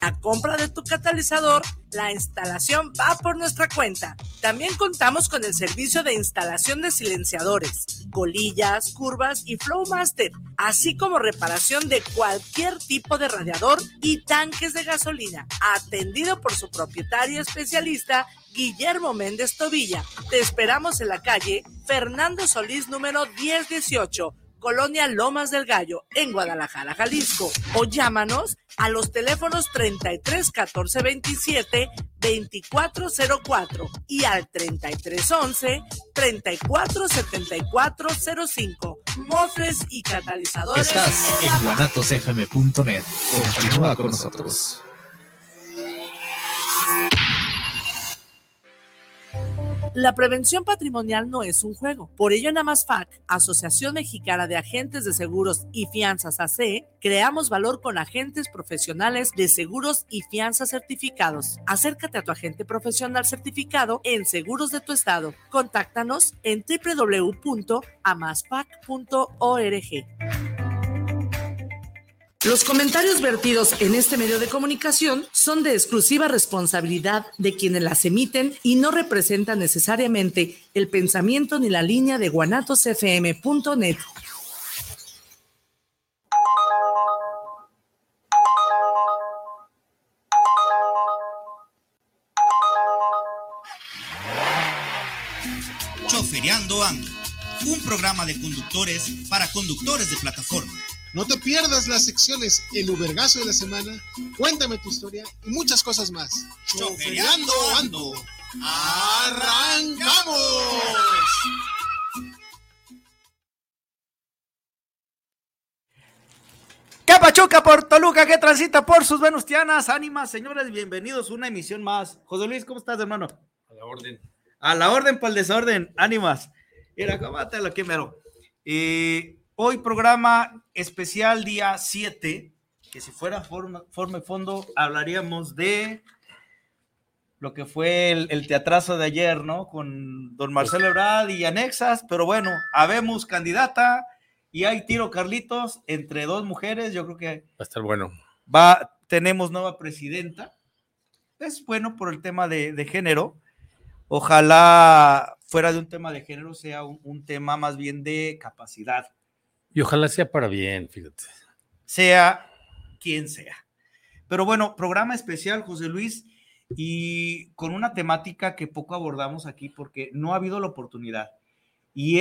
La compra de tu catalizador, la instalación va por nuestra cuenta. También contamos con el servicio de instalación de silenciadores, colillas, curvas y Flowmaster, así como reparación de cualquier tipo de radiador y tanques de gasolina, atendido por su propietario especialista, Guillermo Méndez Tobilla. Te esperamos en la calle Fernando Solís número 1018, Colonia Lomas del Gallo, en Guadalajara, Jalisco, o llámanos a los teléfonos 33 14 27 2404 y al 33 11 34 74 05. Mofles y catalizadores. Estás en guanatosfm.net. Continúa con nosotros. La prevención patrimonial no es un juego. Por ello, en AMASFAC, Asociación Mexicana de Agentes de Seguros y Fianzas AC, creamos valor con agentes profesionales de seguros y fianzas certificados. Acércate a tu agente profesional certificado en seguros de tu estado. Contáctanos en www.amasfac.org. Los comentarios vertidos en este medio de comunicación son de exclusiva responsabilidad de quienes las emiten y no representan necesariamente el pensamiento ni la línea de guanatosfm.net. Chofereando Ando, un programa de conductores para conductores de plataforma. No te pierdas las secciones El Ubergazo de la Semana, Cuéntame tu historia y muchas cosas más. Chofereando Ando. ¡Arrancamos! ¿Qué pachuca por Toluca? ¿Qué transita por sus venustianas? Ánimas, señores, bienvenidos a una emisión más. José Luis, ¿cómo estás, hermano? A la orden. A la orden para el desorden, ánimas. Mira, cómatelo aquí, mero. Hoy programa especial día 7, que si fuera forma y fondo, hablaríamos de lo que fue el teatrazo de ayer, ¿no? Con don Marcelo Ebrard y anexas, pero bueno, habemos candidata y hay tiro, Carlitos, entre dos mujeres. Yo creo que va a estar bueno. Tenemos nueva presidenta. Es bueno por el tema de género. Ojalá fuera de un tema de género, sea un tema más bien de capacidad. Y ojalá sea para bien, fíjate. Sea quien sea. Pero bueno, programa especial, José Luis, y con una temática que poco abordamos aquí porque no ha habido la oportunidad. Y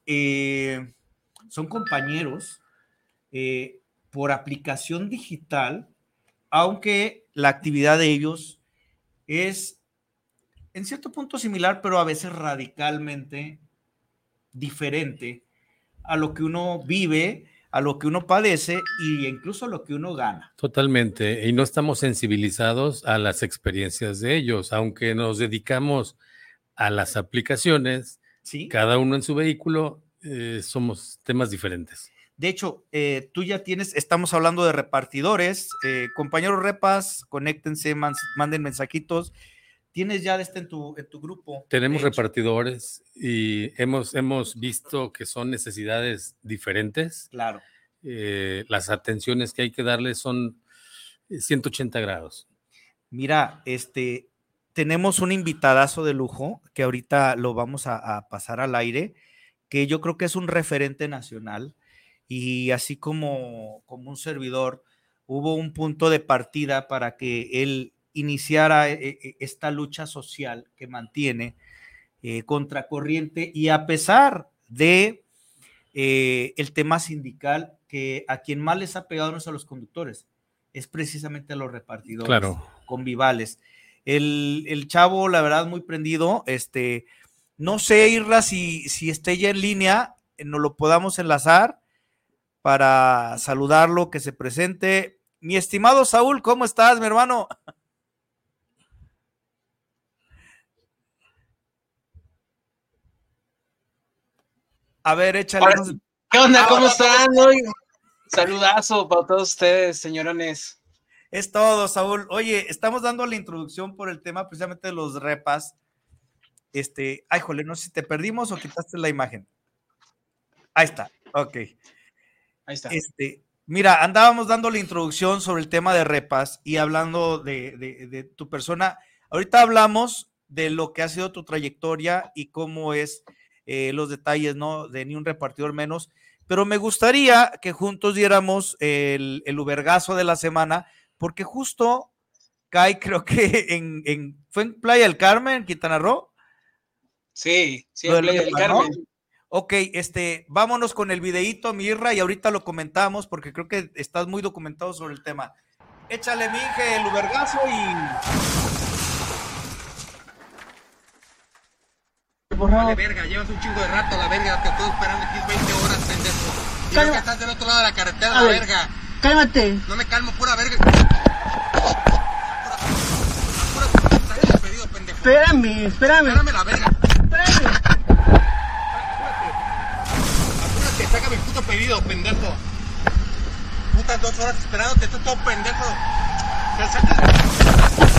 son compañeros por aplicación digital, aunque la actividad de ellos es en cierto punto similar, pero a veces radicalmente diferente a lo que uno vive, a lo que uno padece e incluso a lo que uno gana. Totalmente, y no estamos sensibilizados a las experiencias de ellos, aunque nos dedicamos a las aplicaciones, ¿sí? Cada uno en su vehículo, somos temas diferentes. De hecho, tú ya estamos hablando de repartidores, compañeros repas, conéctense, manden mensajitos. ¿Tienes ya en tu grupo? Tenemos repartidores y hemos visto que son necesidades diferentes. Claro. Las atenciones que hay que darles son 180 grados. Mira, tenemos un invitadazo de lujo que ahorita lo vamos a pasar al aire, que yo creo que es un referente nacional y así como un servidor, hubo un punto de partida para que él iniciara esta lucha social que mantiene contracorriente y a pesar de el tema sindical, que a quien más les ha pegado no es a los conductores, es precisamente a los repartidores, claro, convivales. El chavo, la verdad, muy prendido. No sé, Irra, si esté ya en línea, nos lo podamos enlazar para saludarlo, que se presente. Mi estimado Saúl, ¿cómo estás, mi hermano? A ver, échale. ¿Qué onda? ¿Cómo están? Saludazo para todos ustedes, señorones. Es todo, Saúl. Oye, estamos dando la introducción por el tema precisamente de los repas. Ay, jole, no sé si te perdimos o quitaste la imagen. Ahí está, ok. Ahí está. Mira, andábamos dando la introducción sobre el tema de repas y hablando de tu persona. Ahorita hablamos de lo que ha sido tu trayectoria y cómo es los detalles, ¿no? De Ni un repartidor menos. Pero me gustaría que juntos diéramos el ubergazo de la semana, porque justo cae, creo que fue en Playa del Carmen, Quintana Roo. Sí, en Playa del Carmen. ¿No? Ok, vámonos con el videíto, Mirra, y ahorita lo comentamos porque creo que estás muy documentado sobre el tema. Échale, Mije, el ubergazo Vale, verga, llevas un chingo de rato, la verga, te estoy esperando aquí 20 horas, pendejo. Y ves que estás del otro lado de la carretera, la verga. Cálmate. No me calmo, pura verga. Pura pedido, pendejo. Espérame. Espérame la verga. Espérame. Apúrate, saca mi puto pedido, pendejo. Putas 2 horas esperándote, estás todo pendejo. Que saques...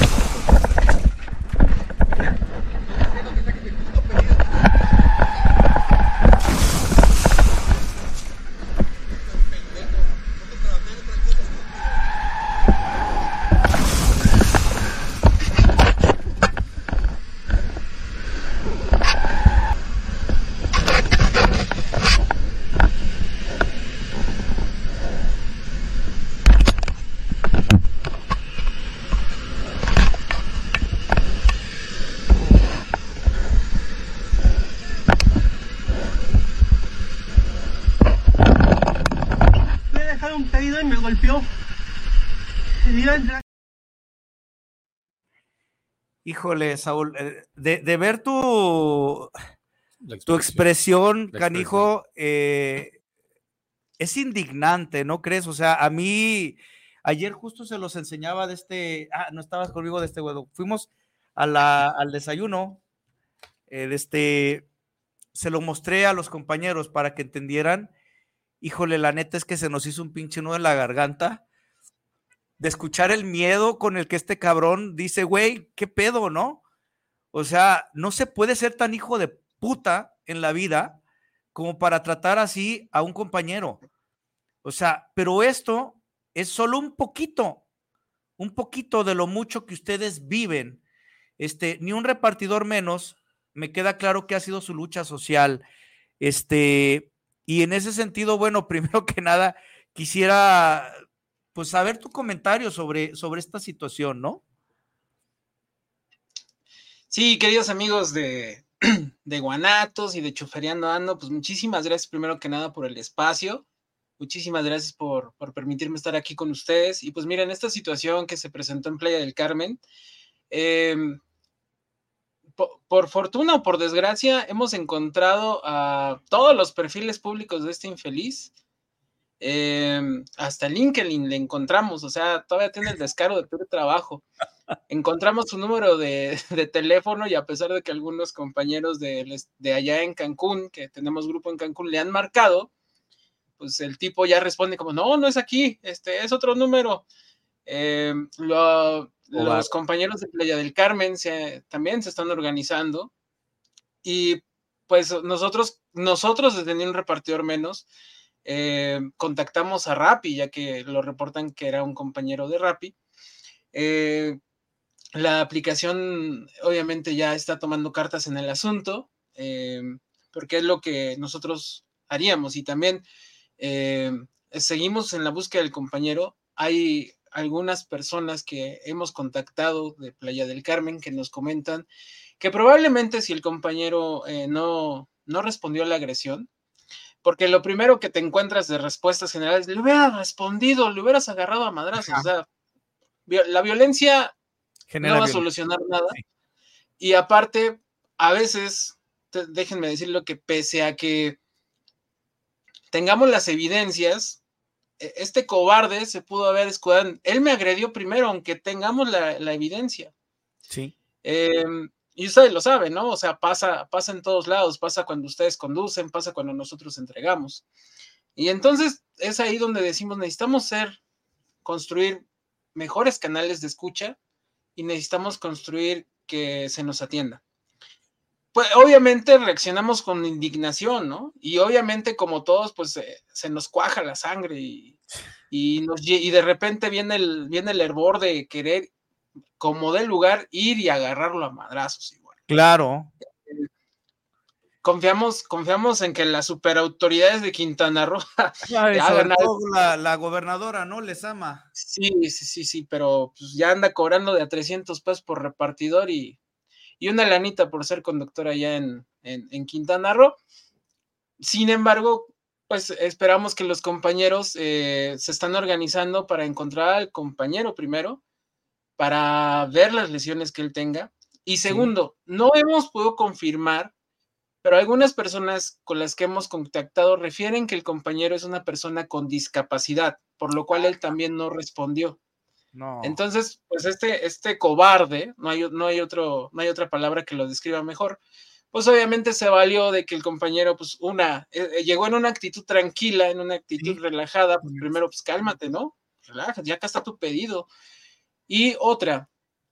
Híjole, Saúl, de ver tu expresión, canijo, es indignante, ¿no crees? O sea, a mí, ayer justo se los enseñaba no estabas conmigo güey, fuimos al desayuno, se lo mostré a los compañeros para que entendieran. Híjole, la neta es que se nos hizo un pinche nudo en la garganta de escuchar el miedo con el que este cabrón dice, güey, ¿qué pedo, no? O sea, no se puede ser tan hijo de puta en la vida como para tratar así a un compañero. O sea, pero esto es solo un poquito de lo mucho que ustedes viven. Ni un repartidor menos, me queda claro que ha sido su lucha social. Y en ese sentido, bueno, primero que nada, quisiera pues saber tu comentario sobre esta situación, ¿no? Sí, queridos amigos de Guanatos y de Chuferiando Ando, pues muchísimas gracias primero que nada por el espacio, muchísimas gracias por permitirme estar aquí con ustedes, y pues miren, esta situación que se presentó en Playa del Carmen, por fortuna o por desgracia, hemos encontrado a todos los perfiles públicos de este infeliz. Hasta LinkedIn le encontramos, o sea, todavía tiene el descaro de pedir trabajo. Encontramos su número de teléfono, y a pesar de que algunos compañeros de allá en Cancún, que tenemos grupo en Cancún, le han marcado, pues el tipo ya responde como, no es aquí, es otro número. Los compañeros de Playa del Carmen también se están organizando, y pues nosotros desde Ni un repartidor menos, contactamos a Rappi, ya que lo reportan que era un compañero de Rappi. La aplicación obviamente ya está tomando cartas en el asunto, porque es lo que nosotros haríamos, y también seguimos en la búsqueda del compañero. Hay algunas personas que hemos contactado de Playa del Carmen que nos comentan que probablemente si el compañero no respondió a la agresión, porque lo primero que te encuentras de respuestas generales, le hubieras respondido, le hubieras agarrado a madrazos. O sea, la violencia no va a solucionar nada. Sí. Y aparte, a veces, déjenme decirlo, que pese a que tengamos las evidencias, este cobarde se pudo haber escudado. Él me agredió primero, aunque tengamos la evidencia. Sí. Y ustedes lo saben, ¿no? O sea, pasa en todos lados, pasa cuando ustedes conducen, pasa cuando nosotros entregamos. Y entonces es ahí donde decimos, necesitamos construir mejores canales de escucha, y necesitamos construir que se nos atienda. pues obviamente reaccionamos con indignación, ¿no? Y obviamente como todos, pues se nos cuaja la sangre y de repente viene el hervor de querer, como del lugar, ir y agarrarlo a madrazos igual. Claro. Confiamos en que las superautoridades de Quintana Roo hagan algo. La gobernadora, ¿no? Les ama. Sí, pero pues ya anda cobrando de a 300 pesos por repartidor y una lanita por ser conductor allá en Quintana Roo. Sin embargo, pues esperamos que los compañeros se están organizando para encontrar al compañero primero, para ver las lesiones que él tenga. Y segundo, no hemos podido confirmar, pero algunas personas con las que hemos contactado refieren que el compañero es una persona con discapacidad, por lo cual él también no respondió. No. Entonces, pues este cobarde, no hay otra palabra que lo describa mejor, pues obviamente se valió de que el compañero, pues llegó en una actitud tranquila, en una actitud relajada, pues primero, pues cálmate, ¿no? Relájate, ya acá está tu pedido. Y otra,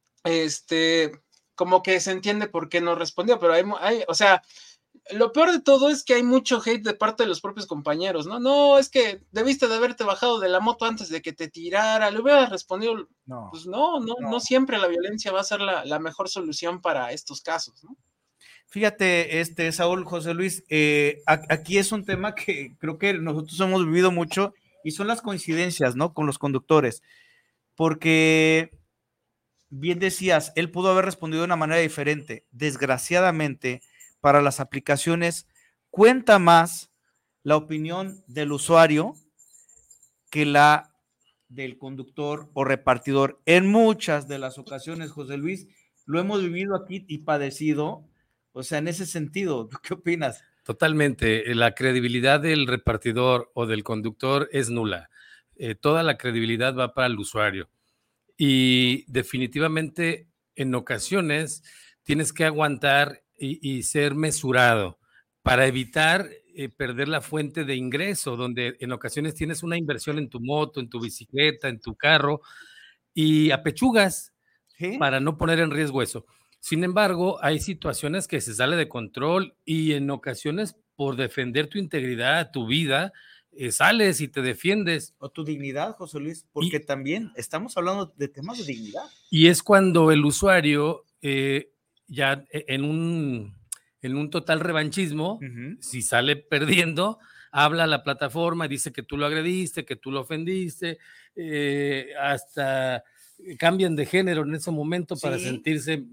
como que se entiende por qué no respondió, pero o sea, lo peor de todo es que hay mucho hate de parte de los propios compañeros, ¿no? No, es que debiste de haberte bajado de la moto antes de que te tirara, le hubieras respondido, no. Pues no siempre la violencia va a ser la mejor solución para estos casos, ¿no? Fíjate, Saúl, José Luis, aquí es un tema que creo que nosotros hemos vivido mucho y son las coincidencias, ¿no? Con los conductores, porque bien decías, él pudo haber respondido de una manera diferente. Desgraciadamente, para las aplicaciones, cuenta más la opinión del usuario que la del conductor o repartidor. En muchas de las ocasiones, José Luis, lo hemos vivido aquí y padecido. O sea, en ese sentido, ¿tú qué opinas? Totalmente. La credibilidad del repartidor o del conductor es nula. Toda la credibilidad va para el usuario. Y definitivamente, en ocasiones, tienes que aguantar y ser mesurado para evitar perder la fuente de ingreso, donde en ocasiones tienes una inversión en tu moto, en tu bicicleta, en tu carro, y apechugas para no poner en riesgo eso. Sin embargo, hay situaciones que se sale de control y en ocasiones por defender tu integridad, tu vida, sales y te defiendes. O tu dignidad, José Luis, porque también estamos hablando de temas de dignidad. Y es cuando el usuario, ya en un total revanchismo, si sale perdiendo, habla a la plataforma y dice que tú lo agrediste, que tú lo ofendiste, hasta cambian de género en ese momento para sentirse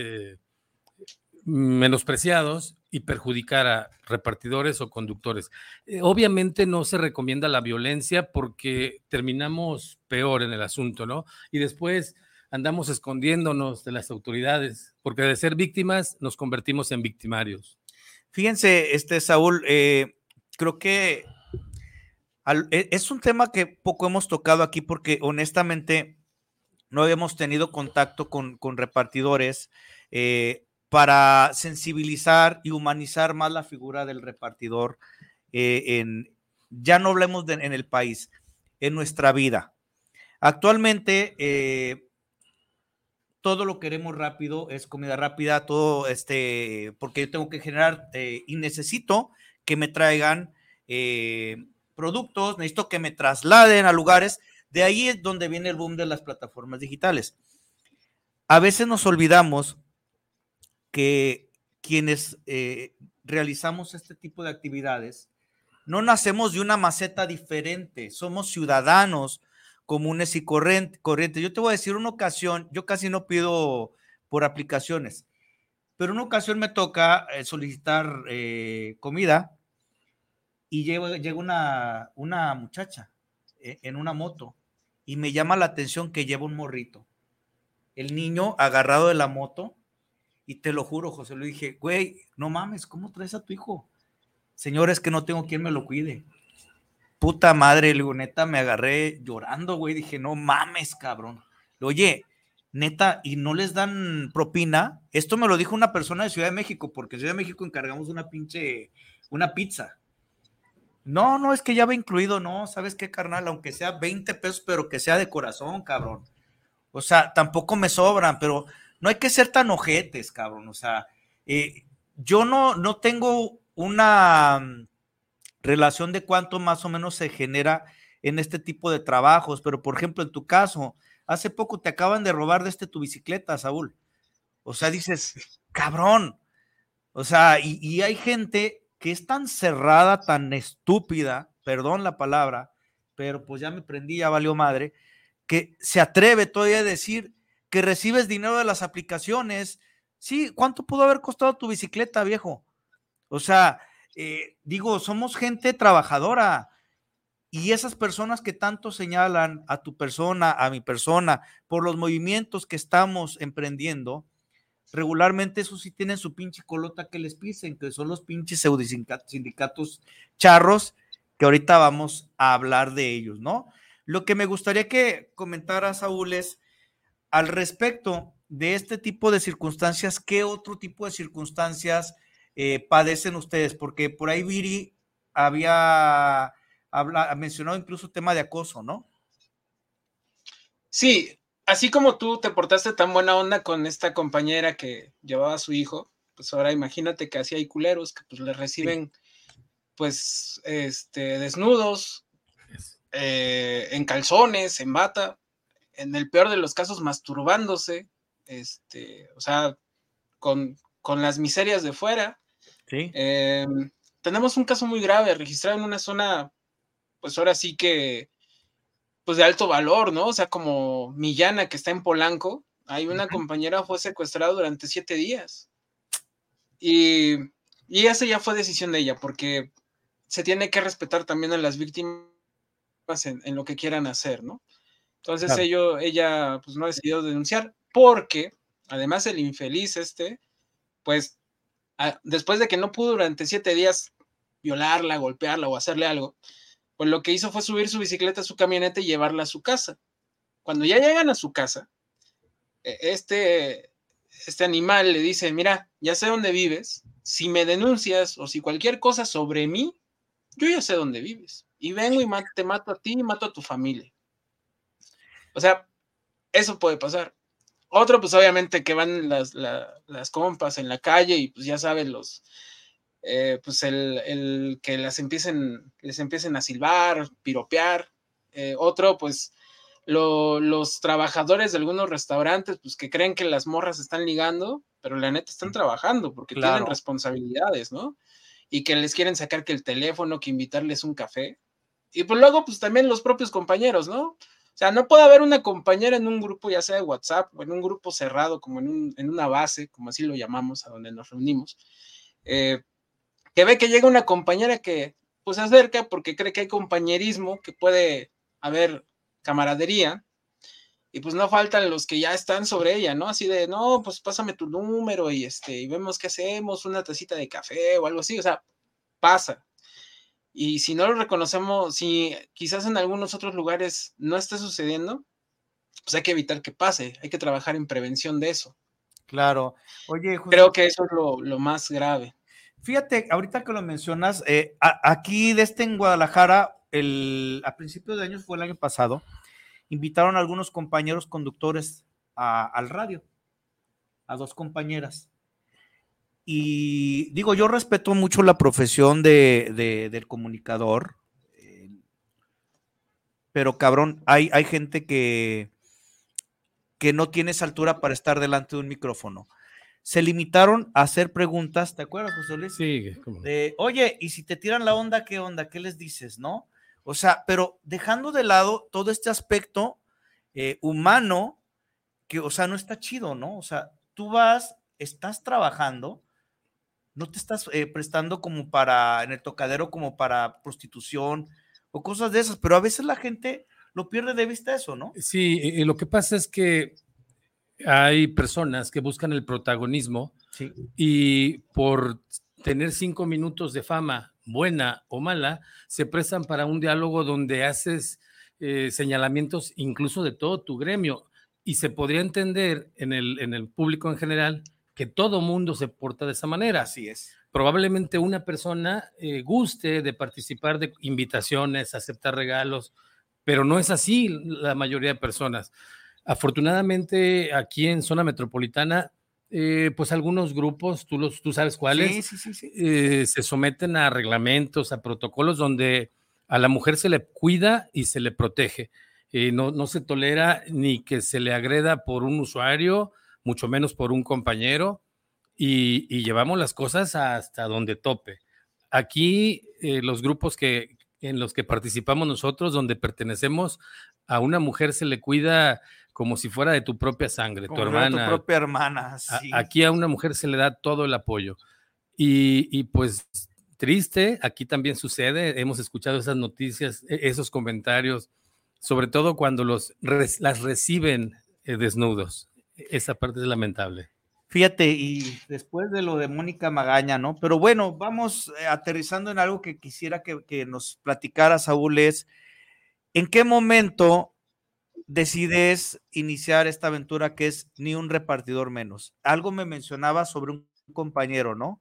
menospreciados y perjudicar a repartidores o conductores. Obviamente no se recomienda la violencia porque terminamos peor en el asunto, ¿no? Y después andamos escondiéndonos de las autoridades, porque de ser víctimas nos convertimos en victimarios. Fíjense, Saúl, creo que es un tema que poco hemos tocado aquí porque honestamente no habíamos tenido contacto con repartidores para sensibilizar y humanizar más la figura del repartidor ya no hablemos en el país, en nuestra vida. Actualmente todo lo queremos rápido, es comida rápida, todo porque yo tengo que generar y necesito que me traigan productos, necesito que me trasladen a lugares. De ahí es donde viene el boom de las plataformas digitales. A veces nos olvidamos que quienes realizamos este tipo de actividades no nacemos de una maceta diferente, somos ciudadanos comunes y corrientes. Yo te voy a decir una ocasión, yo casi no pido por aplicaciones, pero una ocasión me toca solicitar comida y llega una muchacha en una moto y me llama la atención que lleva un morrito. El niño agarrado de la moto y te lo juro, José, le dije, güey, no mames, ¿cómo traes a tu hijo? Señor, es que no tengo quien me lo cuide. Puta madre, le digo, neta, me agarré llorando, güey, dije, no mames, cabrón. Oye, neta, ¿y no les dan propina? Esto me lo dijo una persona de Ciudad de México, porque en Ciudad de México encargamos una pizza. No, es que ya va incluido, no, ¿sabes qué, carnal? Aunque sea 20 pesos, pero que sea de corazón, cabrón. O sea, tampoco me sobran, pero no hay que ser tan ojetes, cabrón. O sea, yo no tengo una relación de cuánto más o menos se genera en este tipo de trabajos, pero por ejemplo, en tu caso, hace poco te acaban de robar tu bicicleta, Saúl. O sea, dices, cabrón. O sea, y hay gente que es tan cerrada, tan estúpida, perdón la palabra, pero pues ya me prendí, ya valió madre, que se atreve todavía a decir que recibes dinero de las aplicaciones. Sí, ¿cuánto pudo haber costado tu bicicleta, viejo? O sea, digo, somos gente trabajadora. Y esas personas que tanto señalan a tu persona, a mi persona, por los movimientos que estamos emprendiendo, regularmente esos sí tienen su pinche colota que les pisen, que son los pinches pseudosindicatos charros, que ahorita vamos a hablar de ellos, ¿no? Lo que me gustaría que comentara, Saúl, es al respecto de este tipo de circunstancias, ¿qué otro tipo de circunstancias padecen ustedes? Porque por ahí Viri había mencionado incluso tema de acoso, ¿no? Sí, así como tú te portaste tan buena onda con esta compañera que llevaba a su hijo, pues ahora imagínate que así hay culeros que pues le reciben pues desnudos, en calzones, en bata, en el peor de los casos masturbándose, o sea, con las miserias de fuera. Sí. Tenemos un caso muy grave registrado en una zona, pues ahora sí que, pues de alto valor, ¿no? O sea, como Millana, que está en Polanco, hay una compañera fue secuestrada durante 7 días. Y esa ya fue decisión de ella, porque se tiene que respetar también a las víctimas en lo que quieran hacer, ¿no? Entonces claro. Ella pues no ha decidido denunciar, porque además el infeliz pues después de que no pudo durante 7 días violarla, golpearla o hacerle algo, pues lo que hizo fue subir su bicicleta a su camioneta y llevarla a su casa. Cuando ya llegan a su casa, este animal le dice, mira, ya sé dónde vives, si me denuncias o si cualquier cosa sobre mí, yo ya sé dónde vives. Y vengo y te mato a ti y mato a tu familia. O sea, eso puede pasar. Otro, pues obviamente que van las compas en la calle y pues ya saben pues el que les empiecen a silbar, piropear. Otro, pues los trabajadores de algunos restaurantes, pues que creen que las morras están ligando, pero la neta están trabajando porque tienen responsabilidades, ¿no? Y que les quieren sacar que el teléfono, que invitarles un café. Y pues luego, pues también los propios compañeros, ¿no? O sea, no puede haber una compañera en un grupo, ya sea de WhatsApp o en un grupo cerrado, como en una base, como así lo llamamos, a donde nos reunimos, que ve que llega una compañera que pues se acerca porque cree que hay compañerismo, que puede haber camaradería, y pues no faltan los que ya están sobre ella, ¿no? Así de, no, pues pásame tu número y vemos qué hacemos, una tacita de café o algo así, o sea, pasa. Y si no lo reconocemos, si quizás en algunos otros lugares no está sucediendo, pues hay que evitar que pase, hay que trabajar en prevención de eso. Claro. Oye, José, creo que eso es lo más grave. Fíjate, ahorita que lo mencionas, aquí en Guadalajara, a principios de año, fue el año pasado, invitaron a algunos compañeros conductores al radio, a 2 compañeras. Y digo, yo respeto mucho la profesión del comunicador, pero cabrón, hay gente que no tiene esa altura para estar delante de un micrófono. Se limitaron a hacer preguntas, ¿te acuerdas, José Luis? Sí. Oye, y si te tiran la onda, ¿qué onda? ¿Qué les dices, no? O sea, pero dejando de lado todo este aspecto humano, que, o sea, no está chido, ¿no? O sea, tú estás trabajando, no te estás prestando como en el tocadero como para prostitución o cosas de esas, pero a veces la gente lo pierde de vista eso, ¿no? Sí, lo que pasa es que hay personas que buscan el protagonismo y por tener 5 minutos de fama, buena o mala, se prestan para un diálogo donde haces señalamientos incluso de todo tu gremio, y se podría entender en el público en general que todo mundo se porta de esa manera. Así es. Probablemente una persona guste de participar de invitaciones, aceptar regalos, pero no es así la mayoría de personas. Afortunadamente, aquí en zona metropolitana Pues algunos grupos, tú sabes cuáles, sí. Se someten a reglamentos, a protocolos donde a la mujer se le cuida y se le protege. No se tolera ni que se le agreda por un usuario, mucho menos por un compañero, y llevamos las cosas hasta donde tope. Aquí los grupos en los que participamos nosotros, donde pertenecemos, a una mujer se le cuida como si fuera de tu propia sangre, como tu hermana. Tu propia hermana, sí. Aquí a una mujer se le da todo el apoyo. Y pues triste, aquí también sucede, hemos escuchado esas noticias, esos comentarios, sobre todo cuando las reciben desnudos. Esa parte es lamentable. Fíjate, y después de lo de Mónica Magaña, ¿no? Pero bueno, vamos aterrizando en algo que quisiera que nos platicara, Saúl, es ¿en qué momento decides iniciar esta aventura que es Ni un repartidor menos? Algo me mencionaba sobre un compañero, ¿no?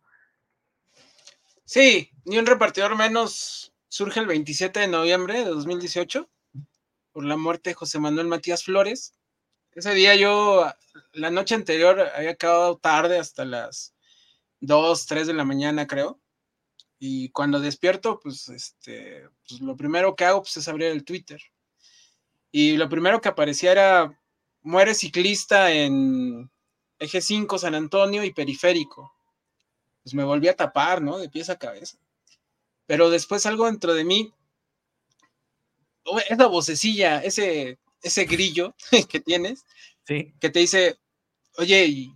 Sí, Ni un repartidor menos surge el 27 de noviembre de 2018 por la muerte de José Manuel Matías Flores. Ese día yo, la noche anterior, había acabado tarde, hasta las 2, 3 de la mañana, creo. Y cuando despierto, pues lo primero que hago pues, es abrir el Twitter. Y lo primero que aparecía era: muere ciclista en Eje 5, San Antonio y Periférico. Pues me volví a tapar, ¿no? De pies a cabeza. Pero después algo dentro de mí, esa vocecilla, ese grillo que tienes, sí, que te dice, oye, ¿y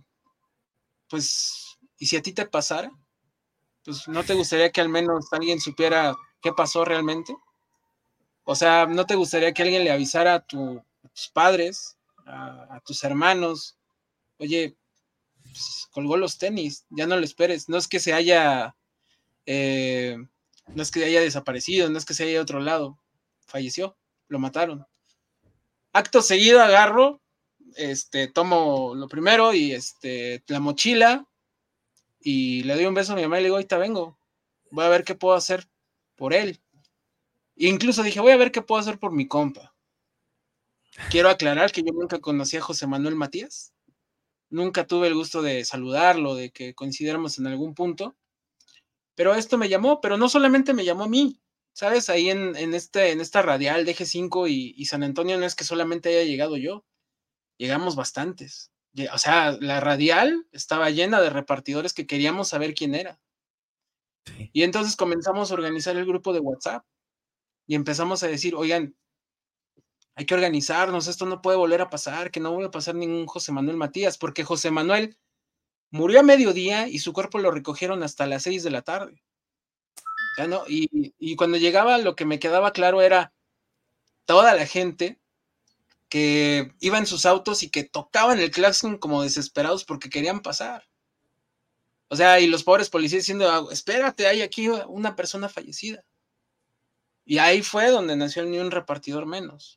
si a ti te pasara? Pues ¿no te gustaría que al menos alguien supiera qué pasó realmente? O sea, ¿no te gustaría que alguien le avisara a tus padres, a tus hermanos? Oye, pues, colgó los tenis, ya no lo esperes. No es que se haya, no es que haya desaparecido, no es que se haya ido a otro lado. Falleció, lo mataron. Acto seguido agarro, tomo lo primero y la mochila y le doy un beso a mi mamá y le digo, ahorita vengo, voy a ver qué puedo hacer por él. E incluso dije, voy a ver qué puedo hacer por mi compa. Quiero aclarar que yo nunca conocí a José Manuel Matías, nunca tuve el gusto de saludarlo, de que coincidiéramos en algún punto, pero esto me llamó, pero no solamente me llamó a mí, ¿sabes? Ahí en esta radial de Eje 5 y San Antonio no es que solamente haya llegado yo, llegamos bastantes. O sea, la radial estaba llena de repartidores que queríamos saber quién era. Sí. Y entonces comenzamos a organizar el grupo de WhatsApp y empezamos a decir, oigan, hay que organizarnos, esto no puede volver a pasar, que no vuelva a pasar ningún José Manuel Matías, porque José Manuel murió a mediodía y su cuerpo lo recogieron hasta las 6 de la tarde. ¿Ya no? Y cuando llegaba, lo que me quedaba claro era toda la gente que iba en sus autos y que tocaban el claxon como desesperados porque querían pasar. O sea, y los pobres policías diciendo, espérate, hay aquí una persona fallecida. Y ahí fue donde nació el Ni un repartidor menos.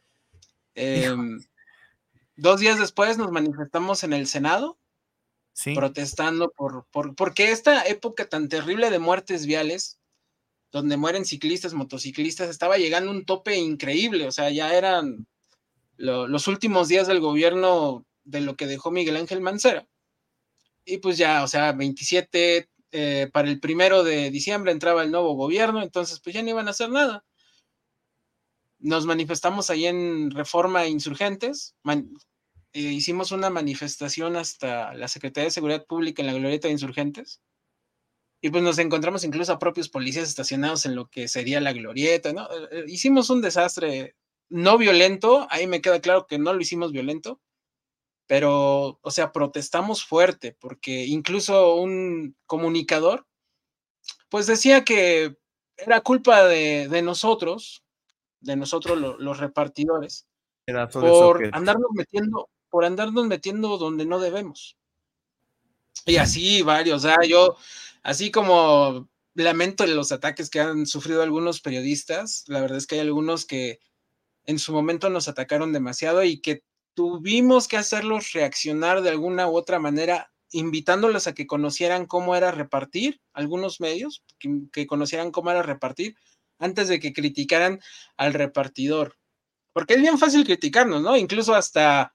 2 días después nos manifestamos en el Senado, sí, protestando porque esta época tan terrible de muertes viales, donde mueren ciclistas, motociclistas, estaba llegando a un tope increíble. O sea, ya eran los últimos días del gobierno de lo que dejó Miguel Ángel Mancera. Y pues ya, o sea, 27, para el 1 de diciembre entraba el nuevo gobierno, entonces pues ya no iban a hacer nada. Nos manifestamos ahí en Reforma Insurgentes, hicimos una manifestación hasta la Secretaría de Seguridad Pública en la Glorieta de Insurgentes, y pues nos encontramos incluso a propios policías estacionados en lo que sería la Glorieta, ¿no? Hicimos un desastre no violento, ahí me queda claro que no lo hicimos violento, pero, o sea, protestamos fuerte, porque incluso un comunicador, pues decía que era culpa de nosotros los repartidores, por andarnos metiendo donde no debemos. Y así varios, o sea, yo, así como lamento los ataques que han sufrido algunos periodistas, la verdad es que hay algunos que en su momento nos atacaron demasiado y que tuvimos que hacerlos reaccionar de alguna u otra manera, invitándolos a que conocieran cómo era repartir, algunos medios, que conocieran cómo era repartir, antes de que criticaran al repartidor. Porque es bien fácil criticarnos, ¿no? Incluso hasta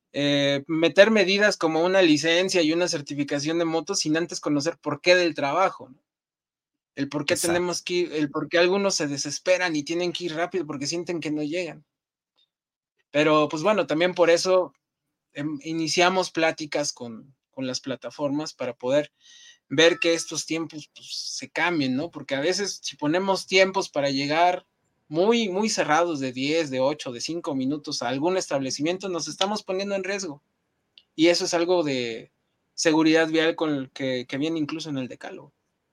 meter medidas como una licencia y una certificación de motos sin antes conocer por qué del trabajo, ¿no? El por qué tenemos que ir, el por qué algunos se desesperan y tienen que ir rápido porque sienten que no llegan. Pero pues bueno, también por eso iniciamos pláticas con las plataformas para poder ver que estos tiempos pues, se cambien, ¿no? Porque a veces si ponemos tiempos para llegar muy, muy cerrados de 10, de 8, de 5 minutos a algún establecimiento, nos estamos poniendo en riesgo. Y eso es algo de seguridad vial con el que viene incluso en el decálogo.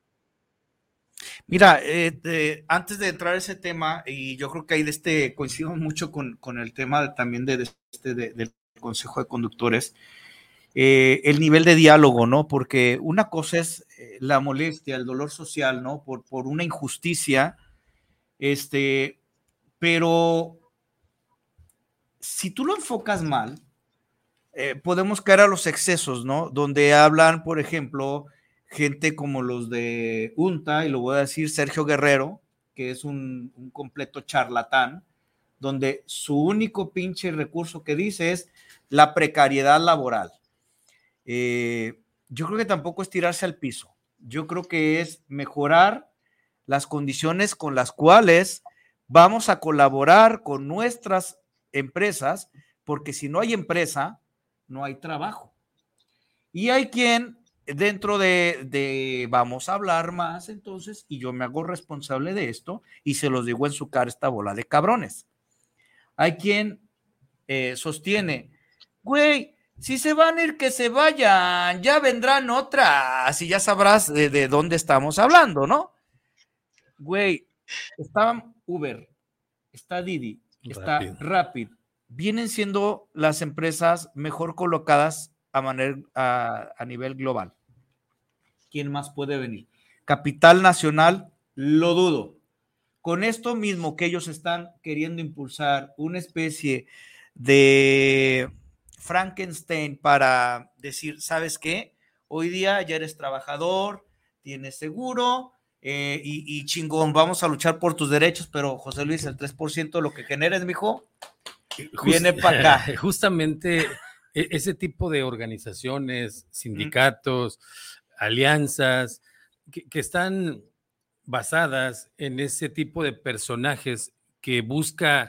Mira, antes de entrar a ese tema, y yo creo que ahí coincido mucho con el tema también del Consejo de Conductores, el nivel de diálogo, ¿no? Porque una cosa es la molestia, el dolor social, ¿no? Por una injusticia, pero si tú lo enfocas mal, podemos caer a los excesos, ¿no? Donde hablan, por ejemplo, gente como los de UNTA, y lo voy a decir, Sergio Guerrero, que es un completo charlatán, donde su único pinche recurso que dice es la precariedad laboral. Yo creo que tampoco es tirarse al piso. Yo creo que es mejorar las condiciones con las cuales vamos a colaborar con nuestras empresas, porque si no hay empresa, no hay trabajo. Y hay quien dentro vamos a hablar más entonces, y yo me hago responsable de esto y se los digo en su cara esta bola de cabrones. Hay quien sostiene, güey, si se van a ir, que se vayan, ya vendrán otras y ya sabrás de dónde estamos hablando, ¿no? Güey, está Uber, está Didi, está Rapid, vienen siendo las empresas mejor colocadas a nivel global. ¿Quién más puede venir? Capital nacional, lo dudo. Con esto mismo que ellos están queriendo impulsar una especie de Frankenstein para decir, ¿sabes qué? Hoy día ya eres trabajador, tienes seguro y chingón, vamos a luchar por tus derechos, pero José Luis, el 3% de lo que generes, mijo, viene para acá. Justamente ese tipo de organizaciones, sindicatos, alianzas, que están basadas en ese tipo de personajes que busca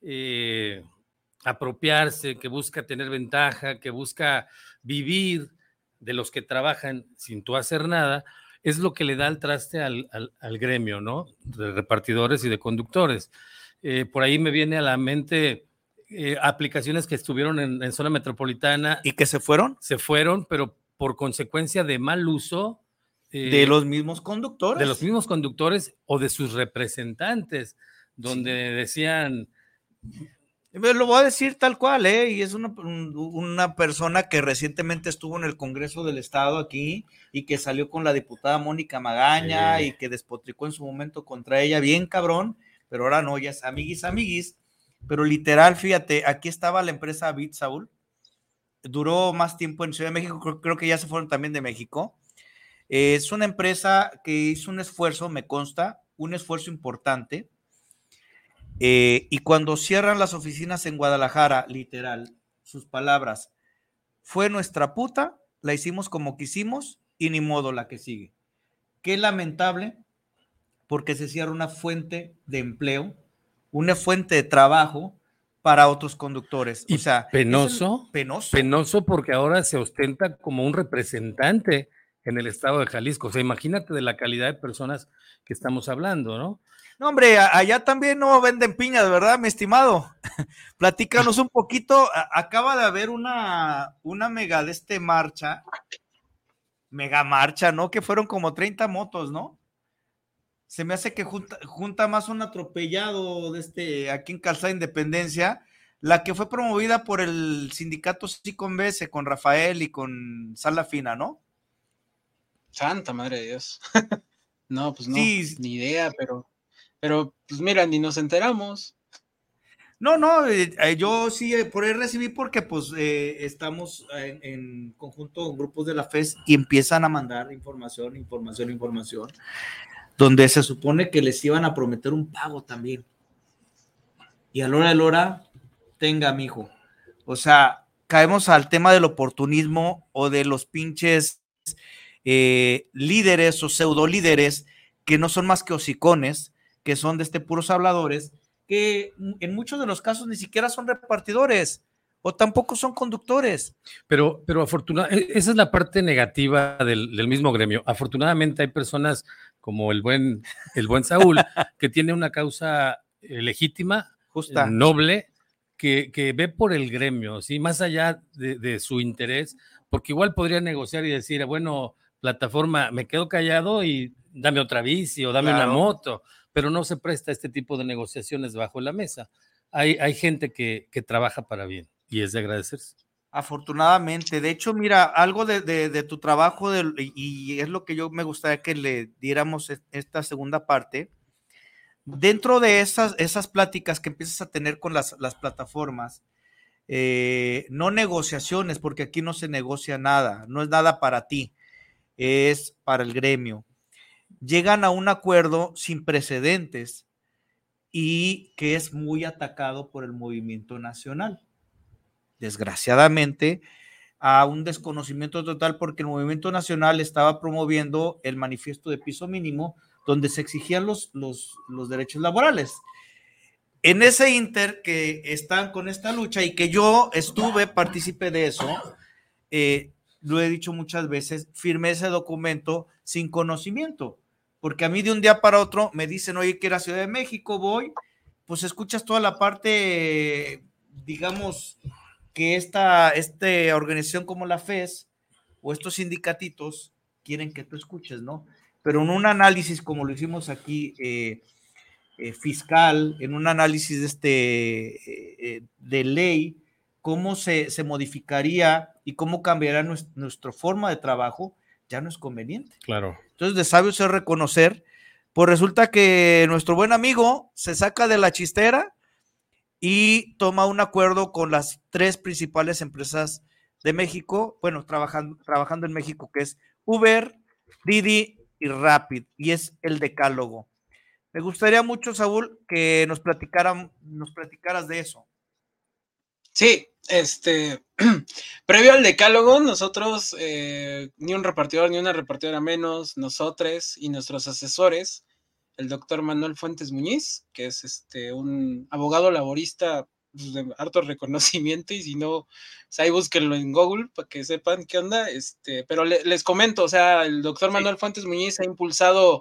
apropiarse, que busca tener ventaja, que busca vivir de los que trabajan sin tú hacer nada, es lo que le da el traste al gremio, ¿no? De repartidores y de conductores. Por ahí me viene a la mente aplicaciones que estuvieron en zona metropolitana. ¿Y que se fueron? Se fueron, pero por consecuencia de mal uso. De los mismos conductores. De los mismos conductores o de sus representantes, donde decían... Lo voy a decir tal cual, y es una persona que recientemente estuvo en el Congreso del Estado aquí y que salió con la diputada Mónica Magaña y que despotricó en su momento contra ella, bien cabrón, pero ahora no, ya es amiguis, pero literal, fíjate, aquí estaba la empresa Bit, Saúl, duró más tiempo en Ciudad de México, creo que ya se fueron también de México. Es una empresa que hizo un esfuerzo, me consta, un esfuerzo importante. Y cuando cierran las oficinas en Guadalajara, literal, sus palabras, fue nuestra puta, la hicimos como quisimos y ni modo la que sigue. Qué lamentable, porque se cierra una fuente de empleo, una fuente de trabajo para otros conductores. Y o sea, penoso porque ahora se ostenta como un representante en el estado de Jalisco. O sea, imagínate de la calidad de personas que estamos hablando, ¿no? No, hombre, allá también no venden piñas, ¿verdad, mi estimado? Platícanos un poquito. Acaba de haber una mega marcha, ¿no? Que fueron como 30 motos, ¿no? Se me hace que junta más un atropellado aquí en Calzada Independencia, la que fue promovida por el sindicato Siconbese con Rafael y con Sala Fina, ¿no? Santa madre de Dios. No, pues no, sí, ni idea, pero pues mira, ni nos enteramos. No, yo sí por ahí recibí porque pues estamos en conjunto con grupos de la FES y empiezan a mandar información, donde se supone que les iban a prometer un pago también. Y a la hora de la hora, tenga, mijo. O sea, caemos al tema del oportunismo o de los pinches líderes o pseudo líderes que no son más que hocicones, que son puros habladores, que en muchos de los casos ni siquiera son repartidores o tampoco son conductores. Pero afortunadamente, esa es la parte negativa del mismo gremio. Afortunadamente hay personas como el buen Saúl, que tiene una causa legítima, justa, noble, que ve por el gremio, ¿sí? Más allá de su interés, porque igual podría negociar y decir, bueno, plataforma, me quedo callado y dame otra bici o dame una moto, pero no se presta este tipo de negociaciones bajo la mesa. Hay gente que trabaja para bien y es de agradecerse. Afortunadamente, de hecho, mira, algo de tu trabajo y es lo que yo me gustaría que le diéramos esta segunda parte. Dentro de esas pláticas que empiezas a tener con las plataformas, no negociaciones, porque aquí no se negocia nada, no es nada para ti, es para el gremio. Llegan a un acuerdo sin precedentes y que es muy atacado por el movimiento nacional. Desgraciadamente, a un desconocimiento total, porque el movimiento nacional estaba promoviendo el manifiesto de piso mínimo, donde se exigían los derechos laborales. En ese inter que están con esta lucha y que yo participé de eso, lo he dicho muchas veces, firmé ese documento sin conocimiento, porque a mí de un día para otro me dicen, oye, que era Ciudad de México, voy, pues escuchas toda la parte, digamos, que esta organización como la FES o estos sindicatitos quieren que tú escuches, ¿no? Pero en un análisis como lo hicimos aquí, fiscal, en un análisis de ley, cómo se modificaría y cómo cambiará nuestra forma de trabajo, ya no es conveniente. Claro. Entonces, de sabios es reconocer, pues resulta que nuestro buen amigo se saca de la chistera y toma un acuerdo con las 3 principales empresas de México, bueno, trabajando en México, que es Uber, Didi y Rapid, y es el decálogo. Me gustaría mucho, Saúl, que nos platicaras de eso. Sí, previo al decálogo, nosotros, ni un repartidor ni una repartidora menos, nosotros y nuestros asesores, el doctor Manuel Fuentes Muñiz, que es un abogado laborista de harto reconocimiento, y si no, pues ahí búsquenlo en Google para que sepan qué onda, pero les comento, o sea, el doctor Manuel Fuentes Muñiz ha impulsado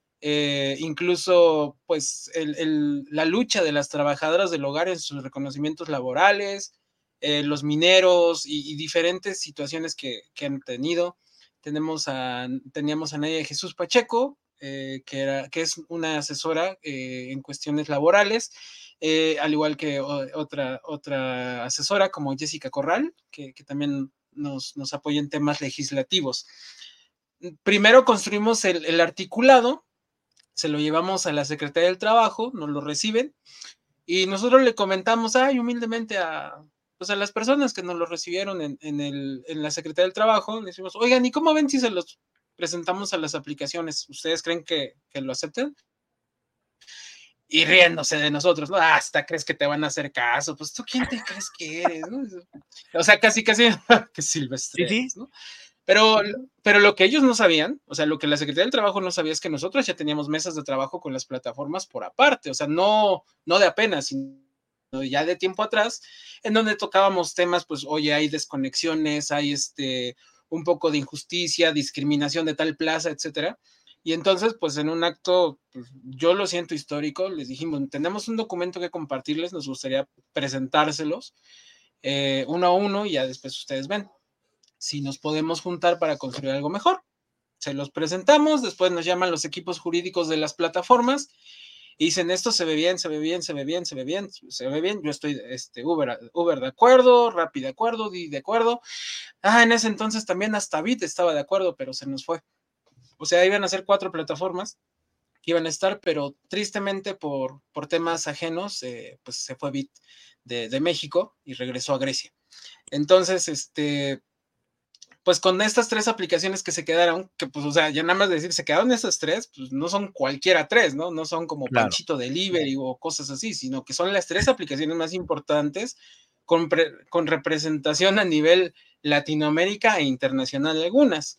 incluso pues la lucha de las trabajadoras del hogar en sus reconocimientos laborales, los mineros y diferentes situaciones que han tenido. Teníamos a Nadia Jesús Pacheco, que es una asesora en cuestiones laborales, al igual que otra asesora como Jessica Corral, que también nos apoya en temas legislativos. Primero construimos el articulado, se lo llevamos a la Secretaría del Trabajo, nos lo reciben, y nosotros le comentamos humildemente a las personas que nos lo recibieron en la Secretaría del Trabajo, le decimos, oigan, ¿y cómo ven si se los presentamos a las aplicaciones? ¿Ustedes creen que lo acepten? Y riéndose de nosotros, ¿no? Hasta crees que te van a hacer caso, pues tú quién te crees que eres, ¿no? O sea, casi, que silvestre, ¿sí? ¿No? Pero lo que ellos no sabían, o sea, lo que la Secretaría del Trabajo no sabía es que nosotros ya teníamos mesas de trabajo con las plataformas por aparte, o sea, no de apenas, sino ya de tiempo atrás, en donde tocábamos temas, pues, oye, hay desconexiones, hay un poco de injusticia, discriminación de tal plaza, etcétera. Y entonces, pues, en un acto, pues, yo lo siento histórico, les dijimos, tenemos un documento que compartirles, nos gustaría presentárselos uno a uno, y ya después ustedes ven si nos podemos juntar para construir algo mejor. Se los presentamos, después nos llaman los equipos jurídicos de las plataformas y dicen, esto se ve bien, se ve bien, se ve bien, se ve bien, se ve bien, yo estoy, Uber de acuerdo, Rappi de acuerdo, Didi de acuerdo. En ese entonces también hasta Bit estaba de acuerdo, pero se nos fue. O sea, iban a ser 4 plataformas que iban a estar, pero tristemente por temas ajenos, pues se fue Bit de México y regresó a Grecia. Entonces, pues con estas 3 aplicaciones que se quedaron, que pues, o sea, ya nada más decir, se quedaron esas 3, pues no son cualquiera 3, ¿no? No son como Panchito Delivery o cosas así, sino que son las 3 aplicaciones más importantes con representación a nivel Latinoamérica e internacional algunas.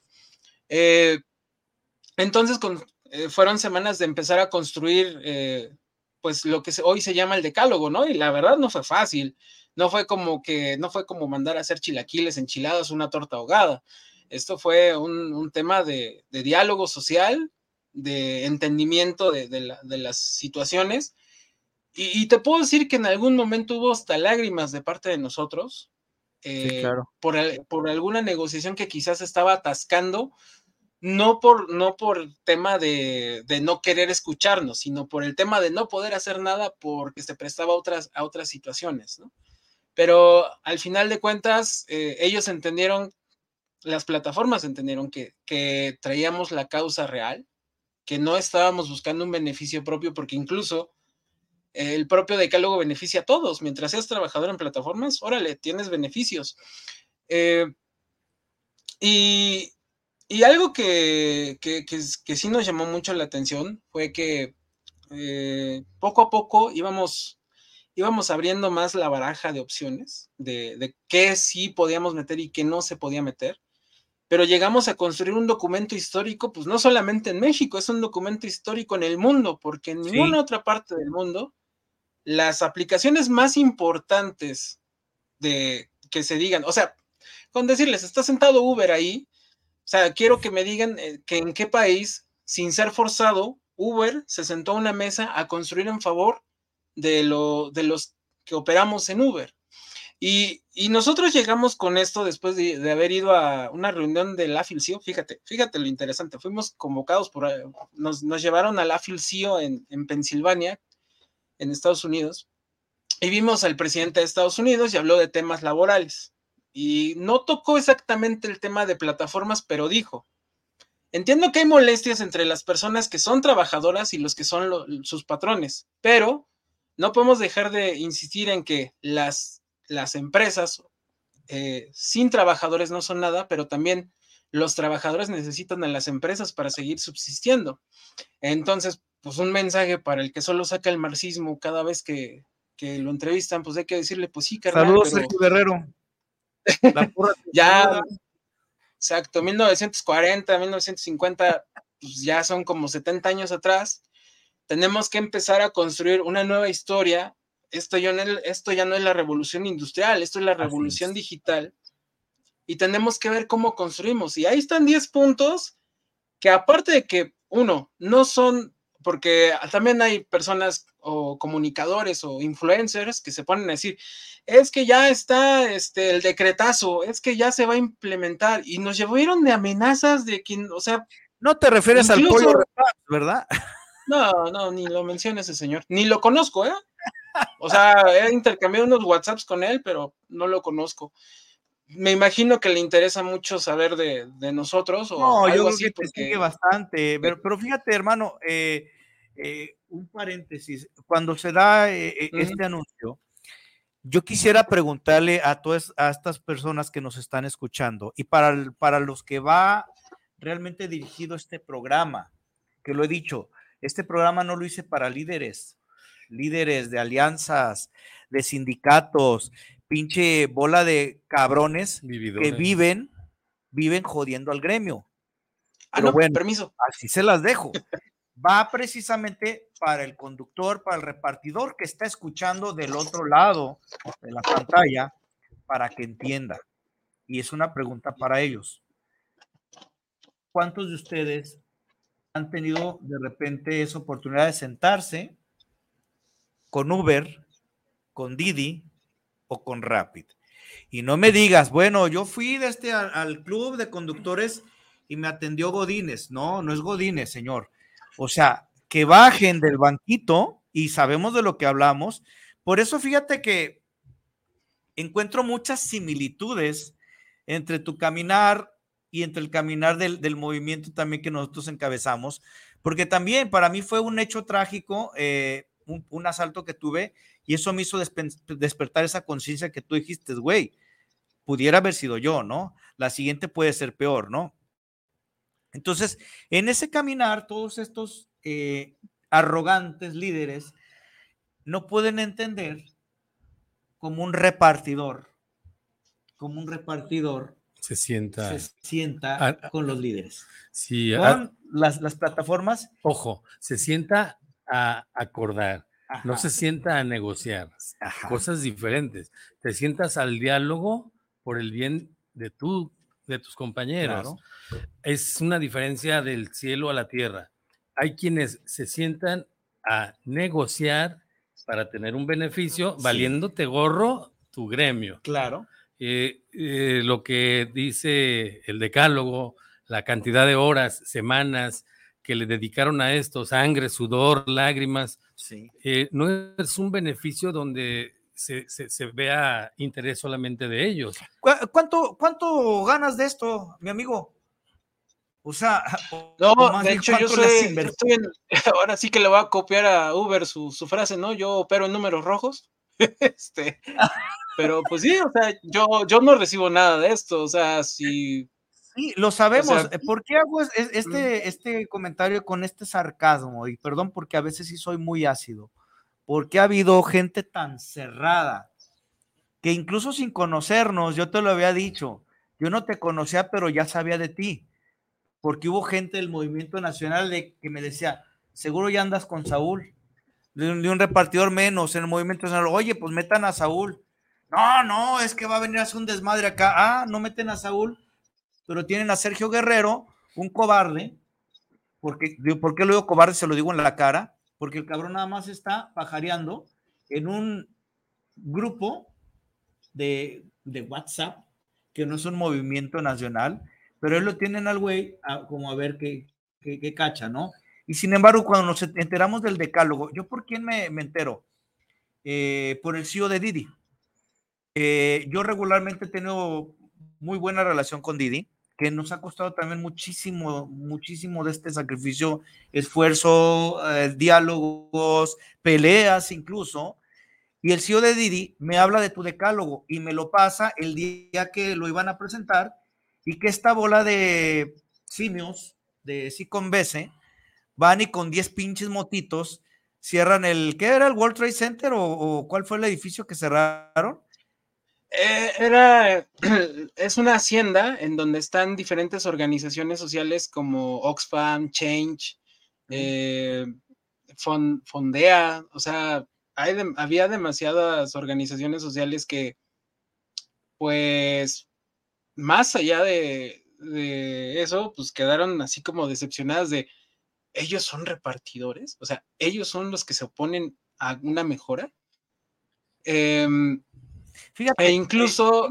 Entonces fueron semanas de empezar a construir pues lo que hoy se llama el decálogo, ¿no? Y la verdad no fue fácil, no fue como mandar a hacer chilaquiles, enchiladas, una torta ahogada. Esto fue un tema de diálogo social, de entendimiento de las situaciones, y te puedo decir que en algún momento hubo hasta lágrimas de parte de nosotros, sí, claro. por alguna negociación que quizás estaba atascando, no por tema de no querer escucharnos, sino por el tema de no poder hacer nada porque se prestaba a otras situaciones, ¿no? Pero al final de cuentas, ellos entendieron, las plataformas entendieron que traíamos la causa real, que no estábamos buscando un beneficio propio, porque incluso el propio decálogo beneficia a todos. Mientras seas trabajador en plataformas, órale, tienes beneficios. Y algo que sí nos llamó mucho la atención fue que poco a poco íbamos abriendo más la baraja de opciones, de qué sí podíamos meter y qué no se podía meter, pero llegamos a construir un documento histórico, pues no solamente en México, es un documento histórico en el mundo, porque en ninguna otra parte del mundo las aplicaciones más importantes que se digan, o sea, con decirles, está sentado Uber ahí, o sea, quiero que me digan que en qué país, sin ser forzado, Uber se sentó a una mesa a construir en favor de los que operamos en Uber. Y nosotros llegamos con esto después de haber ido a una reunión del AFIL-CIO. Fíjate lo interesante. Fuimos convocados nos llevaron al AFIL-CIO en Pensilvania, en Estados Unidos, y vimos al presidente de Estados Unidos y habló de temas laborales. Y no tocó exactamente el tema de plataformas, pero dijo: entiendo que hay molestias entre las personas que son trabajadoras y los que son sus patrones, pero no podemos dejar de insistir en que las empresas sin trabajadores no son nada, pero también los trabajadores necesitan a las empresas para seguir subsistiendo. Entonces, pues un mensaje para el que solo saca el marxismo cada vez que lo entrevistan, pues hay que decirle, pues sí, carnal. Saludos, Sergio Guerrero. Ya, exacto, 1940, 1950, pues ya son como 70 años atrás. Tenemos que empezar a construir una nueva historia. Esto ya no es la revolución industrial, esto es la revolución digital. Y tenemos que ver cómo construimos. Y ahí están 10 puntos que, aparte de que, uno, no son, porque también hay personas o comunicadores o influencers que se ponen a decir, es que ya está el decretazo, es que ya se va a implementar, y nos llevaron de amenazas de quien, o sea... No te refieres al pollo Repax, ¿verdad? No, ni lo menciona ese señor, ni lo conozco, ¿eh? O sea, he intercambiado unos WhatsApps con él, pero no lo conozco. Me imagino que le interesa mucho saber de nosotros o no, algo yo así. Creo que te sigue bastante, pero fíjate, hermano, un paréntesis, cuando se da este anuncio, yo quisiera preguntarle a todas estas personas que nos están escuchando y para los que va realmente dirigido este programa, que lo he dicho, este programa no lo hice para líderes de alianzas, de sindicatos, pinche bola de cabrones que viven jodiendo al gremio. Pero bueno, permiso. Así se las dejo. Va precisamente para el conductor, para el repartidor que está escuchando del otro lado de la pantalla, para que entienda. Y es una pregunta para ellos. ¿Cuántos de ustedes han tenido de repente esa oportunidad de sentarse con Uber, con Didi o con Rapid? Y no me digas, bueno, yo fui al club de conductores y me atendió Godínez. No es Godínez, señor. O sea, que bajen del banquito y sabemos de lo que hablamos. Por eso fíjate que encuentro muchas similitudes entre tu caminar y entre el caminar del movimiento también que nosotros encabezamos, porque también para mí fue un hecho trágico, un asalto que tuve, y eso me hizo despertar esa conciencia que tú dijiste, güey, pudiera haber sido yo, ¿no? La siguiente puede ser peor, ¿no? Entonces, en ese caminar, todos estos arrogantes líderes no pueden entender como un repartidor, se sienta con los líderes. Sí, con las plataformas. Ojo, se sienta a acordar, Ajá. No se sienta a negociar. Ajá. Cosas diferentes. Te sientas al diálogo por el bien de tus compañeros. Claro. Es una diferencia del cielo a la tierra. Hay quienes se sientan a negociar para tener un beneficio, sí, valiéndote gorro tu gremio. Claro. Lo que dice el decálogo, la cantidad de horas, semanas que le dedicaron a esto, sangre, sudor, lágrimas, sí. No es un beneficio donde se vea interés solamente de ellos. ¿Cuánto ganas de esto, mi amigo? O sea, no, de hecho yo estoy ahora sí que le voy a copiar a Uber su frase, ¿no? Yo opero en números rojos. Pero pues sí, o sea, yo no recibo nada de esto, o sea, si... Sí, lo sabemos. O sea, ¿por qué hago este comentario con este sarcasmo? Y perdón, porque a veces sí soy muy ácido. Porque ha habido gente tan cerrada que incluso sin conocernos, yo te lo había dicho, yo no te conocía, pero ya sabía de ti. Porque hubo gente del Movimiento Nacional que me decía, seguro ya andas con Saúl, de un repartidor menos en el Movimiento Nacional. Oye, pues metan a Saúl. No, es que va a venir a hacer un desmadre acá. No meten a Saúl, pero tienen a Sergio Guerrero, un cobarde. ¿Por qué lo digo cobarde? Se lo digo en la cara. Porque el cabrón nada más está pajareando en un grupo de WhatsApp, que no es un movimiento nacional, pero él lo tienen al güey como a ver qué cacha, ¿no? Y sin embargo, cuando nos enteramos del decálogo, ¿yo por quién me entero? Por el CEO de Didi. Yo regularmente he tenido muy buena relación con Didi, que nos ha costado también muchísimo de este sacrificio, esfuerzo, diálogos, peleas incluso. Y el CEO de Didi me habla de tu decálogo y me lo pasa el día que lo iban a presentar, y que esta bola de simios de Siconbese van y con 10 pinches motitos cierran ¿qué era? ¿El World Trade Center o cuál fue el edificio que cerraron? Es una hacienda en donde están diferentes organizaciones sociales como Oxfam, Change, Fondea, o sea, había demasiadas organizaciones sociales que, pues, más allá de eso, pues quedaron así como decepcionadas de, ¿ellos son repartidores? O sea, ¿ellos son los que se oponen a una mejora? Fíjate, incluso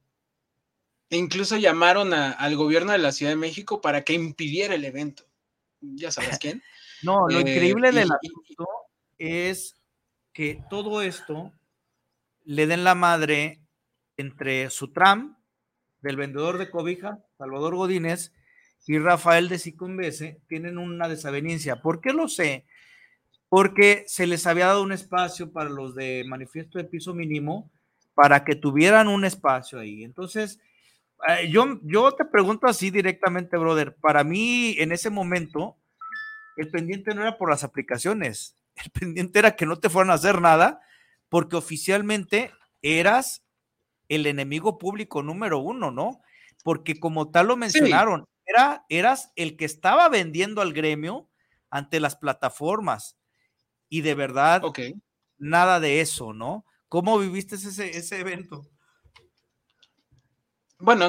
llamaron al gobierno de la Ciudad de México para que impidiera el evento. Ya sabes quién. No, lo increíble del asunto es que todo esto le den la madre entre Sutram, del vendedor de cobija, Salvador Godínez, y Rafael de Siconbese. Tienen una desaveniencia. ¿Por qué lo sé? Porque se les había dado un espacio para los de Manifiesto de Piso Mínimo, para que tuvieran un espacio ahí. Entonces, yo te pregunto así directamente, brother. Para mí, en ese momento, el pendiente no era por las aplicaciones. El pendiente era que no te fueran a hacer nada, porque oficialmente eras el enemigo público número 1, ¿no? Porque como tal lo mencionaron, sí, eras el que estaba vendiendo al gremio ante las plataformas. Y de verdad, nada de eso, ¿no? ¿Cómo viviste ese evento? Bueno,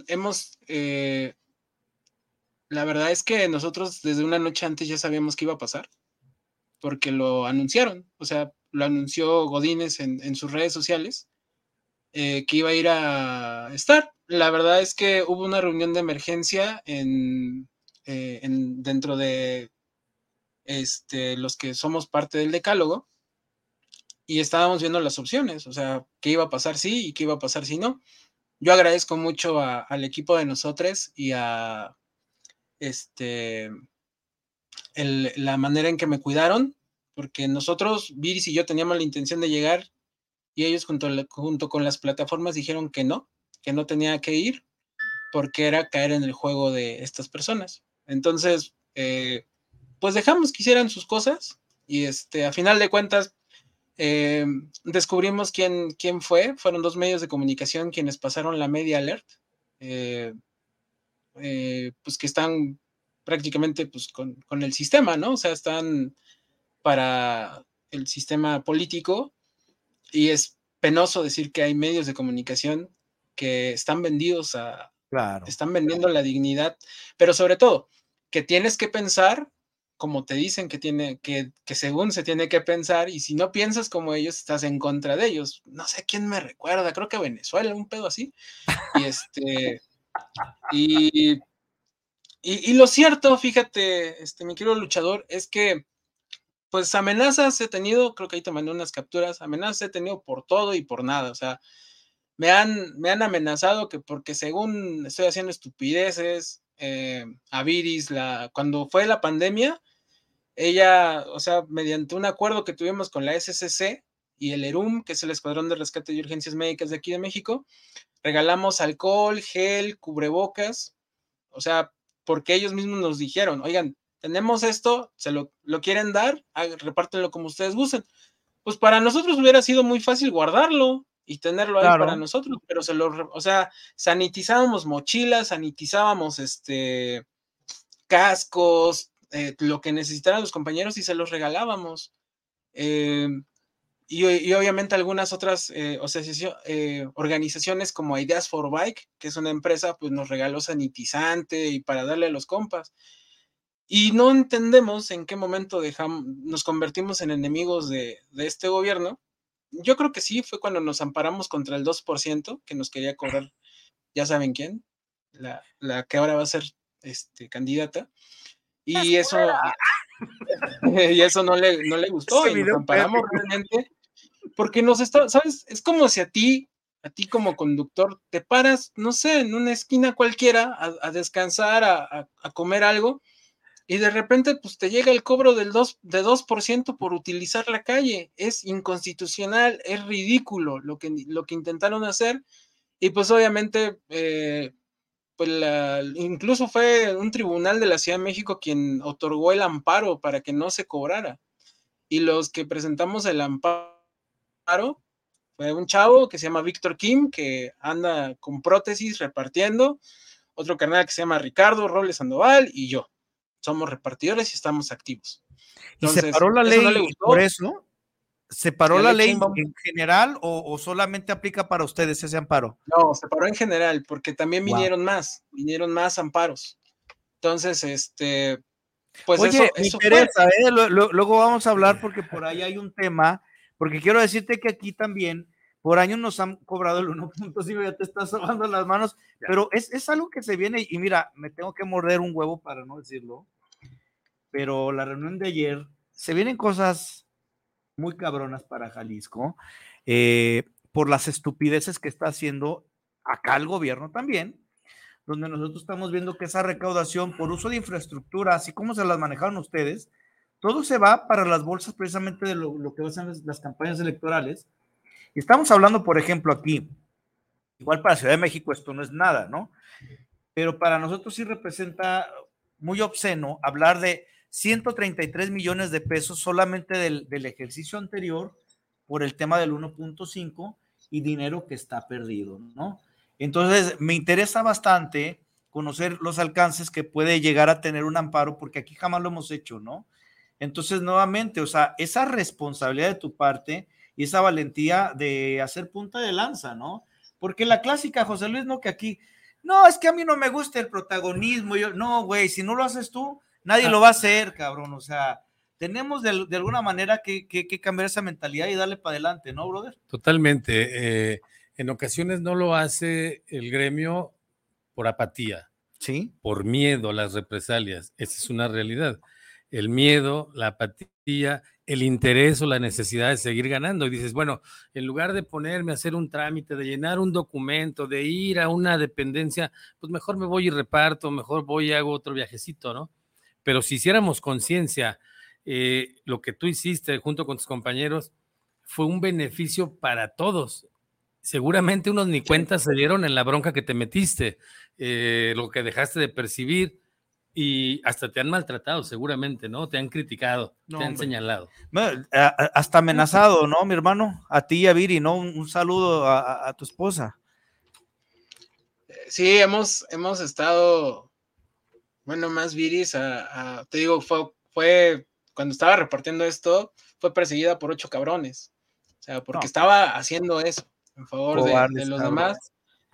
la verdad es que nosotros desde una noche antes ya sabíamos qué iba a pasar, porque lo anunciaron, o sea, lo anunció Godínez en sus redes sociales, que iba a ir a estar. La verdad es que hubo una reunión de emergencia dentro de los que somos parte del decálogo, y estábamos viendo las opciones, o sea, qué iba a pasar sí y qué iba a pasar si no. Yo agradezco mucho al equipo de nosotros y a la manera en que me cuidaron, porque nosotros, Viris y yo, teníamos la intención de llegar, y ellos junto con las plataformas dijeron que no tenía que ir, porque era caer en el juego de estas personas. Entonces, pues dejamos que hicieran sus cosas, y a final de cuentas, descubrimos quién fue. Fueron 2 medios de comunicación quienes pasaron la Media Alert, pues que están prácticamente pues, con el sistema, ¿no? O sea, están para el sistema político, y es penoso decir que hay medios de comunicación que están vendidos están vendiendo la dignidad, pero sobre todo, que tienes que pensar como te dicen que según se tiene que pensar, y si no piensas como ellos, estás en contra de ellos. No sé quién me recuerda, creo que Venezuela, un pedo así. Y lo cierto, fíjate, mi querido luchador, es que pues amenazas he tenido, creo que ahí te mandé unas capturas, amenazas he tenido por todo y por nada. O sea, me han amenazado que porque según estoy haciendo estupideces, a Viris, cuando fue la pandemia, ella, o sea, mediante un acuerdo que tuvimos con la SCC y el ERUM, que es el Escuadrón de Rescate y Urgencias Médicas de aquí de México, regalamos alcohol, gel, cubrebocas, o sea, porque ellos mismos nos dijeron, oigan, tenemos esto, se lo quieren dar, repártenlo como ustedes gusten. Pues para nosotros hubiera sido muy fácil guardarlo y tenerlo ahí para nosotros, pero o sea, sanitizábamos mochilas, sanitizábamos cascos, lo que necesitaran los compañeros, y se los regalábamos. Y obviamente algunas otras organizaciones como Ideas for Bike, que es una empresa, pues nos regaló sanitizante y para darle a los compas. Y no entendemos en qué momento nos convertimos en enemigos de este gobierno. Yo creo que sí, fue cuando nos amparamos contra el 2% que nos quería cobrar, ya saben quién, la que ahora va a ser candidata. Y eso no le gustó, y nos amparamos realmente porque ¿sabes? Es como si a ti como conductor te paras, no sé, en una esquina cualquiera a descansar, a comer algo, y de repente pues te llega el cobro de 2% por utilizar la calle. Es inconstitucional, es ridículo lo que intentaron hacer, y pues obviamente pues incluso fue un tribunal de la Ciudad de México quien otorgó el amparo para que no se cobrara, y los que presentamos el amparo fue un chavo que se llama Víctor Kim, que anda con prótesis repartiendo, otro carnal que se llama Ricardo Robles Sandoval, y yo. Somos repartidores y estamos activos. Entonces, ¿y se paró la ley no le gustó? Por eso? ¿Se paró la ley en general o solamente aplica para ustedes ese amparo? No, se paró en general, porque también vinieron más amparos. Entonces, pues oye, me interesa, luego vamos a hablar, porque por ahí hay un tema, porque quiero decirte que aquí también por años nos han cobrado el 1.5, ya te estás sobando las manos, pero es algo que se viene, y mira, me tengo que morder un huevo para no decirlo, pero la reunión de ayer, se vienen cosas muy cabronas para Jalisco, por las estupideces que está haciendo acá el gobierno también, donde nosotros estamos viendo que esa recaudación por uso de infraestructura, así como se las manejaron ustedes, todo se va para las bolsas precisamente de lo que hacen las campañas electorales. Y estamos hablando, por ejemplo, aquí, igual para Ciudad de México esto no es nada, ¿no? Pero para nosotros sí representa muy obsceno hablar de 133 millones de pesos solamente del ejercicio anterior por el tema del 1.5 y dinero que está perdido, ¿no? Entonces, me interesa bastante conocer los alcances que puede llegar a tener un amparo, porque aquí jamás lo hemos hecho, ¿no? Entonces, nuevamente, o sea, esa responsabilidad de tu parte y esa valentía de hacer punta de lanza, ¿no? Porque la clásica, José Luis, no, que aquí, no, es que a mí no me gusta el protagonismo, no, güey, si no lo haces tú, nadie lo va a hacer, cabrón, o sea, tenemos de alguna manera que cambiar esa mentalidad y darle para adelante, ¿no, brother? Totalmente, en ocasiones no lo hace el gremio por apatía, ¿sí? Por miedo a las represalias, esa es una realidad. El miedo, la apatía, el interés o la necesidad de seguir ganando. Y dices, bueno, en lugar de ponerme a hacer un trámite, de llenar un documento, de ir a una dependencia, pues mejor me voy y reparto, mejor voy y hago otro viajecito, ¿no? Pero si hiciéramos conciencia, lo que tú hiciste junto con tus compañeros fue un beneficio para todos. Seguramente unos ni cuenta se dieron en la bronca que te metiste, lo que dejaste de percibir, Y hasta te han maltratado, seguramente, ¿no? Te han criticado, te han señalado. Bueno, hasta amenazado, ¿no, mi hermano? A ti y a Viri, ¿no? Un saludo a tu esposa. Sí, hemos estado, bueno, más Viris, te digo, fue cuando estaba repartiendo esto, fue perseguida por 8 cabrones. O sea, porque estaba haciendo eso en favor de los demás.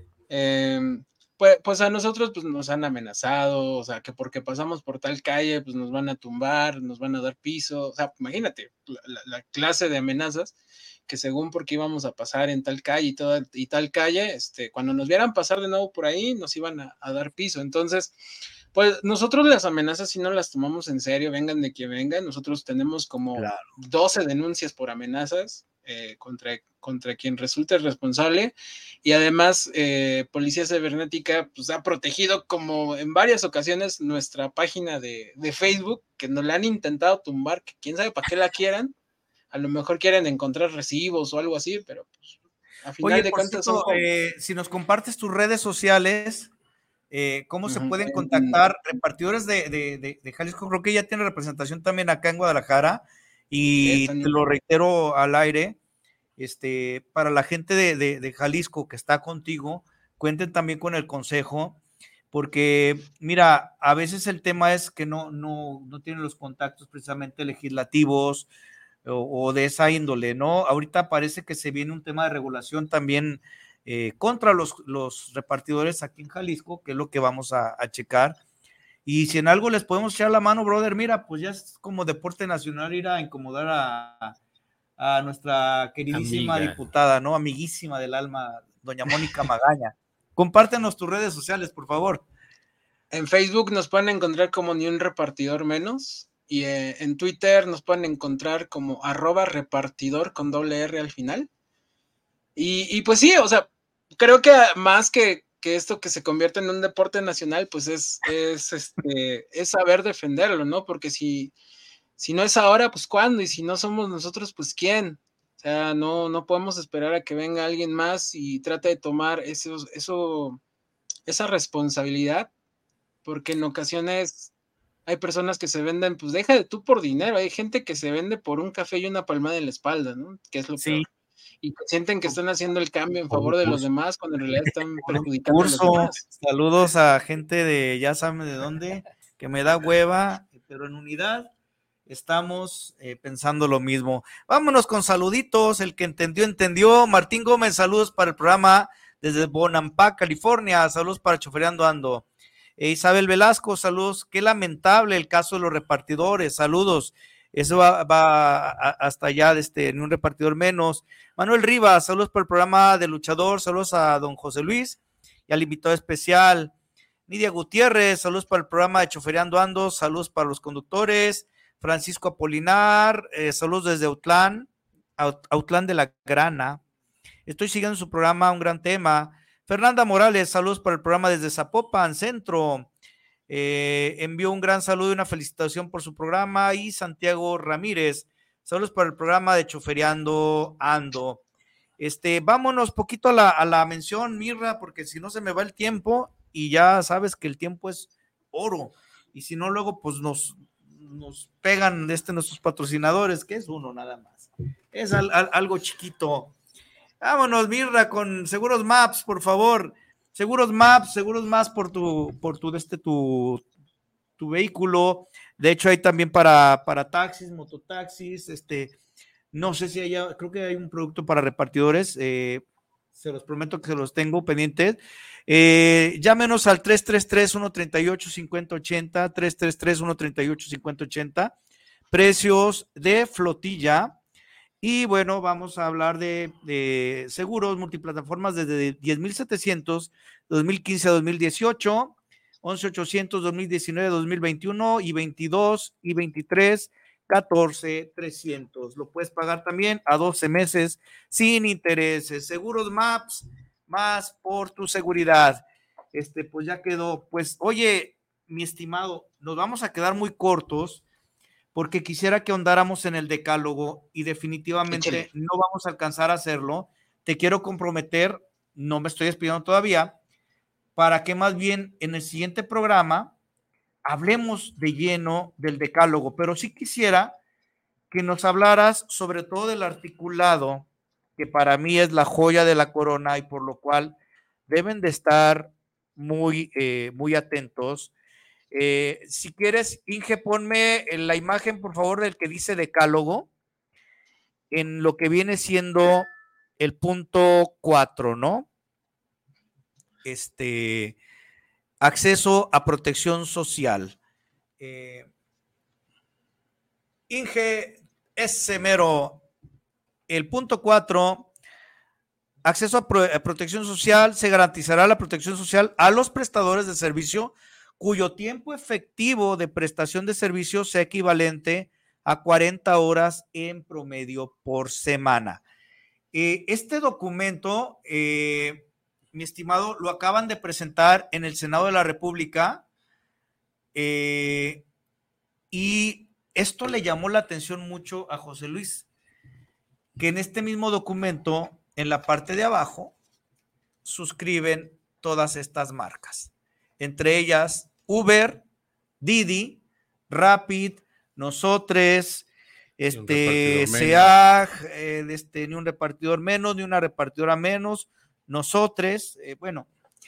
Pues a nosotros pues nos han amenazado, o sea, que porque pasamos por tal calle, pues nos van a tumbar, nos van a dar piso, o sea, imagínate la clase de amenazas que según porque íbamos a pasar en tal calle y tal calle, cuando nos vieran pasar de nuevo por ahí, nos iban a dar piso. Entonces, pues nosotros las amenazas sí no las tomamos en serio, vengan de quien vengan. Nosotros tenemos como 12 denuncias por amenazas contra quien resulte responsable, y además Policía Cibernética pues ha protegido como en varias ocasiones nuestra página de Facebook, que nos la han intentado tumbar, que quién sabe para qué la quieran, a lo mejor quieren encontrar recibos o algo así, pero pues a final de cuentas si nos compartes tus redes sociales, ¿cómo se pueden contactar repartidores de Jalisco? Creo que ya tiene representación también acá en Guadalajara, y te lo reitero al aire, para la gente de Jalisco que está contigo, cuenten también con el consejo, porque mira, a veces el tema es que no tienen los contactos precisamente legislativos o de esa índole, ¿no? Ahorita parece que se viene un tema de regulación también contra los repartidores aquí en Jalisco, que es lo que vamos a checar. Y si en algo les podemos echar la mano, brother, mira, pues ya es como deporte nacional ir a incomodar a nuestra queridísima diputada, ¿no? Amiguísima del alma, doña Mónica Magaña. Compártenos tus redes sociales, por favor. En Facebook nos pueden encontrar como Ni un Repartidor Menos, y en Twitter nos pueden encontrar como @repartidor con .r al final. Y pues sí, o sea, creo que más que esto que se convierte en un deporte nacional, pues es saber defenderlo, ¿no? Porque si no es ahora, pues ¿cuándo? Y si no somos nosotros, pues ¿quién? O sea, no podemos esperar a que venga alguien más y trate de tomar esa responsabilidad, porque en ocasiones hay personas que se venden, pues deja de tú por dinero, hay gente que se vende por un café y una palmada en la espalda, ¿no? Que es lo peor. Y sienten que están haciendo el cambio en favor de los demás, cuando en realidad están perjudicando a los demás. Saludos a gente de ya saben de dónde, que me da hueva, pero en unidad estamos pensando lo mismo. Vámonos con saluditos, el que entendió. Martín Gómez, saludos para el programa desde Bonampa, California, saludos para Chofereando Ando. Isabel Velasco, saludos, qué lamentable el caso de los repartidores, saludos. Eso va hasta allá en un repartidor menos. Manuel Rivas, saludos por el programa de Luchador, saludos a don José Luis y al invitado especial. Nidia Gutiérrez, saludos para el programa de Chofereando Ando, saludos para los conductores. Francisco Apolinar, saludos desde Autlán de la Grana. Estoy siguiendo su programa, un gran tema. Fernanda Morales, saludos para el programa desde Zapopan, Centro. Envió un gran saludo y una felicitación por su programa. Y Santiago Ramírez, saludos para el programa de Chofereando Ando. Vámonos poquito a la mención, Mirra, porque si no se me va el tiempo, y ya sabes que el tiempo es oro, y si no luego pues nos pegan nuestros patrocinadores, que es uno nada más, es algo chiquito. Vámonos, Mirra, con Seguros Maps, por favor. Seguros Maps por tu vehículo. De hecho, hay también para taxis, mototaxis, no sé si creo que hay un producto para repartidores, se los prometo que se los tengo pendientes. Llámenos al 333-138-5080, 333-138-5080, precios de flotilla. Y bueno, vamos a hablar de seguros multiplataformas desde 10,700, 2015 a 2018, 11,800, 2019 a 2021 y 22 y 23, 14,300. Lo puedes pagar también a 12 meses sin intereses. Seguros Maps, más por tu seguridad. Pues ya quedó. Pues oye, mi estimado, nos vamos a quedar muy cortos, porque quisiera que ahondáramos en el decálogo y definitivamente no vamos a alcanzar a hacerlo. Te quiero comprometer, no me estoy despidiendo todavía, para que más bien en el siguiente programa hablemos de lleno del decálogo, pero sí quisiera que nos hablaras sobre todo del articulado, que para mí es la joya de la corona y por lo cual deben de estar muy atentos. Si quieres, Inge, ponme la imagen, por favor, del que dice decálogo, en lo que viene siendo el punto 4, ¿no? Acceso a protección social. Inge, ese mero, el punto 4, acceso a protección social, se garantizará la protección social a los prestadores de servicio cuyo tiempo efectivo de prestación de servicio sea equivalente a 40 horas en promedio por semana. Este documento, mi estimado, lo acaban de presentar en el Senado de la República y esto le llamó la atención mucho a José Luis, que en este mismo documento, en la parte de abajo, suscriben todas estas marcas, entre ellas Uber, Didi, Rapid, Nosotres, SEAG, ni un repartidor menos, ni una repartidora menos, Nosotres, bueno.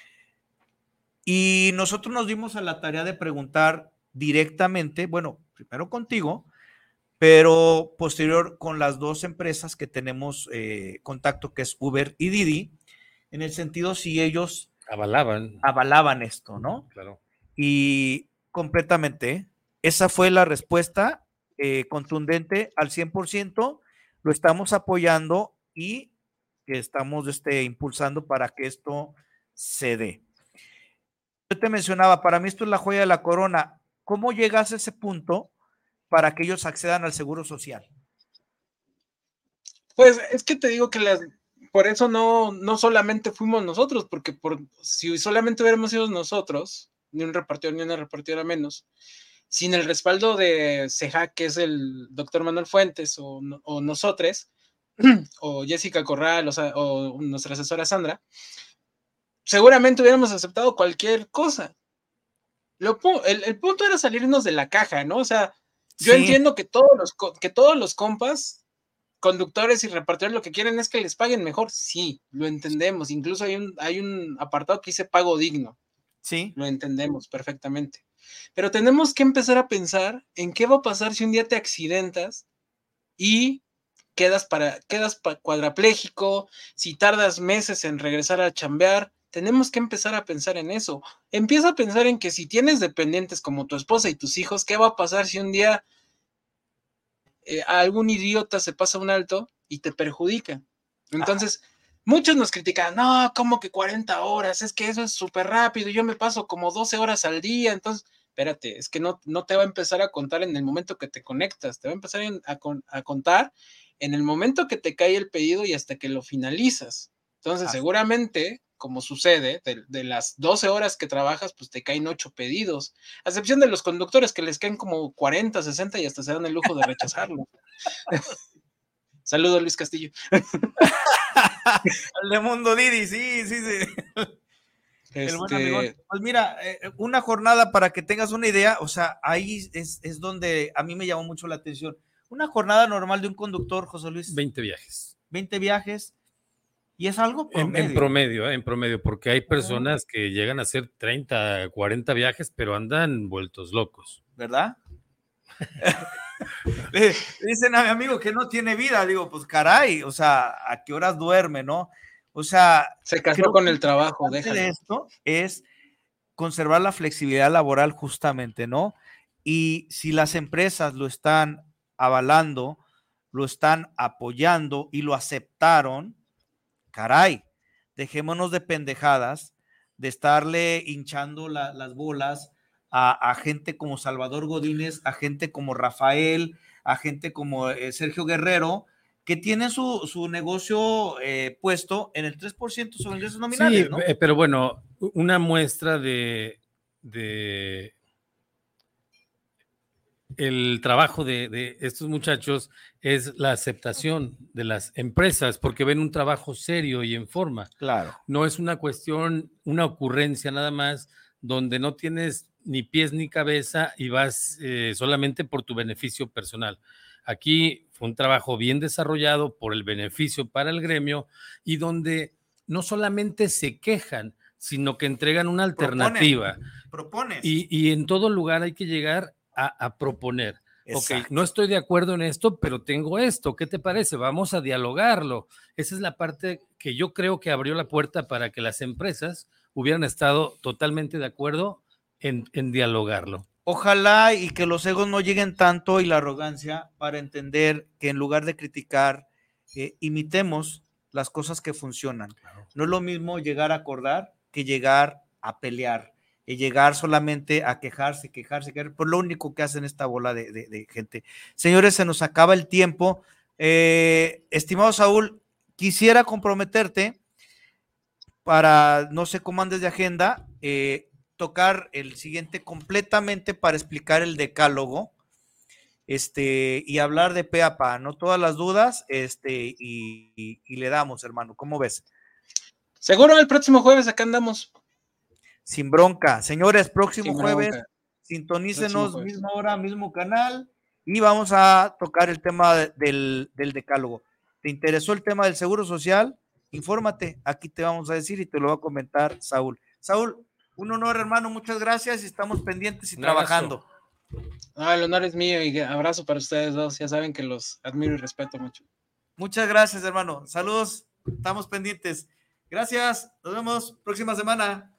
Y nosotros nos dimos a la tarea de preguntar directamente, bueno, primero contigo, pero posterior con las dos empresas que tenemos contacto, que es Uber y Didi, en el sentido si ellos avalaban esto, ¿no? Claro. Y completamente, esa fue la respuesta contundente al 100%, lo estamos apoyando y que estamos impulsando para que esto se dé. Yo te mencionaba, para mí esto es la joya de la corona. ¿Cómo llegas a ese punto para que ellos accedan al seguro social? Pues es que te digo que por eso no solamente fuimos nosotros, porque si solamente hubiéramos sido nosotros, ni un repartidor ni una repartidora menos, sin el respaldo de CEJAC, que es el doctor Manuel Fuentes, o nosotros, o Jessica Corral, o nuestra asesora Sandra, seguramente hubiéramos aceptado cualquier cosa. El punto era salirnos de la caja, ¿no? O sea, yo entiendo que todos los compas, conductores y repartidores, lo que quieren es que les paguen mejor. Sí, lo entendemos. Incluso hay un apartado que dice pago digno. Sí. Lo entendemos perfectamente. Pero tenemos que empezar a pensar en qué va a pasar si un día te accidentas y quedas cuadrapléjico, si tardas meses en regresar a chambear. Tenemos que empezar a pensar en eso. Empieza a pensar en que si tienes dependientes como tu esposa y tus hijos, ¿qué va a pasar si un día algún idiota se pasa un alto y te perjudica? Entonces, muchos nos critican, no, ¿cómo que 40 horas? Es que eso es súper rápido, yo me paso como 12 horas al día. Entonces, espérate, es que no te va a empezar a contar en el momento que te conectas, te va a empezar a contar en el momento que te cae el pedido y hasta que lo finalizas. Entonces, seguramente, como sucede, de las 12 horas que trabajas, pues te caen 8 pedidos, a excepción de los conductores que les caen como 40, 60 y hasta se dan el lujo de rechazarlo. Saludos, Luis Castillo. El de Mundo Didi, sí. El buen amigo. Pues mira, una jornada para que tengas una idea, o sea, ahí es donde a mí me llamó mucho la atención. Una jornada normal de un conductor, José Luis. 20 viajes. 20 viajes. Y es algo promedio. En promedio, porque hay personas que llegan a hacer 30, 40 viajes, pero andan vueltos locos. ¿Verdad? Dicen a mi amigo que no tiene vida. Digo, pues caray, o sea, ¿a qué horas duerme, no? O sea, se casó con el trabajo. Déjalo. De esto es conservar la flexibilidad laboral justamente, ¿no? Y si las empresas lo están avalando, lo están apoyando y lo aceptaron, caray, dejémonos de pendejadas, de estarle hinchando las bolas a gente como Salvador Godínez, a gente como Rafael, a gente como Sergio Guerrero, que tienen su negocio puesto en el 3% sobre ingresos nominales, ¿no? Pero bueno, una muestra de el trabajo de estos muchachos es la aceptación de las empresas, porque ven un trabajo serio y en forma. Claro. No es una cuestión, una ocurrencia nada más donde no tienes ni pies ni cabeza y vas solamente por tu beneficio personal. Aquí fue un trabajo bien desarrollado por el beneficio para el gremio y donde no solamente se quejan, sino que entregan una alternativa. Propones. Y en todo lugar hay que llegar a proponer. Exacto. Ok, no estoy de acuerdo en esto, pero tengo esto. ¿Qué te parece? Vamos a dialogarlo. Esa es la parte que yo creo que abrió la puerta para que las empresas hubieran estado totalmente de acuerdo en dialogarlo. Ojalá y que los egos no lleguen tanto y la arrogancia para entender que en lugar de criticar, imitemos las cosas que funcionan. Claro. No es lo mismo llegar a acordar que llegar a pelear y llegar solamente a quejarse, por lo único que hacen esta bola de gente. Señores, se nos acaba el tiempo. Estimado Saúl, quisiera comprometerte para, no sé cómo andes de agenda, tocar el siguiente completamente para explicar el decálogo, y hablar de pe a pa, no todas las dudas, y le damos, hermano, ¿cómo ves? Seguro el próximo jueves acá andamos. Sin bronca, señores, próximo jueves, sintonícenos, misma hora, mismo canal, y vamos a tocar el tema del decálogo. ¿Te interesó el tema del seguro social? Infórmate, aquí te vamos a decir y te lo va a comentar Saúl. Saúl, un honor, hermano, muchas gracias y estamos pendientes y trabajando. El honor es mío y abrazo para ustedes dos, ya saben que los admiro y respeto mucho. Muchas gracias, hermano, saludos, estamos pendientes. Gracias, nos vemos próxima semana.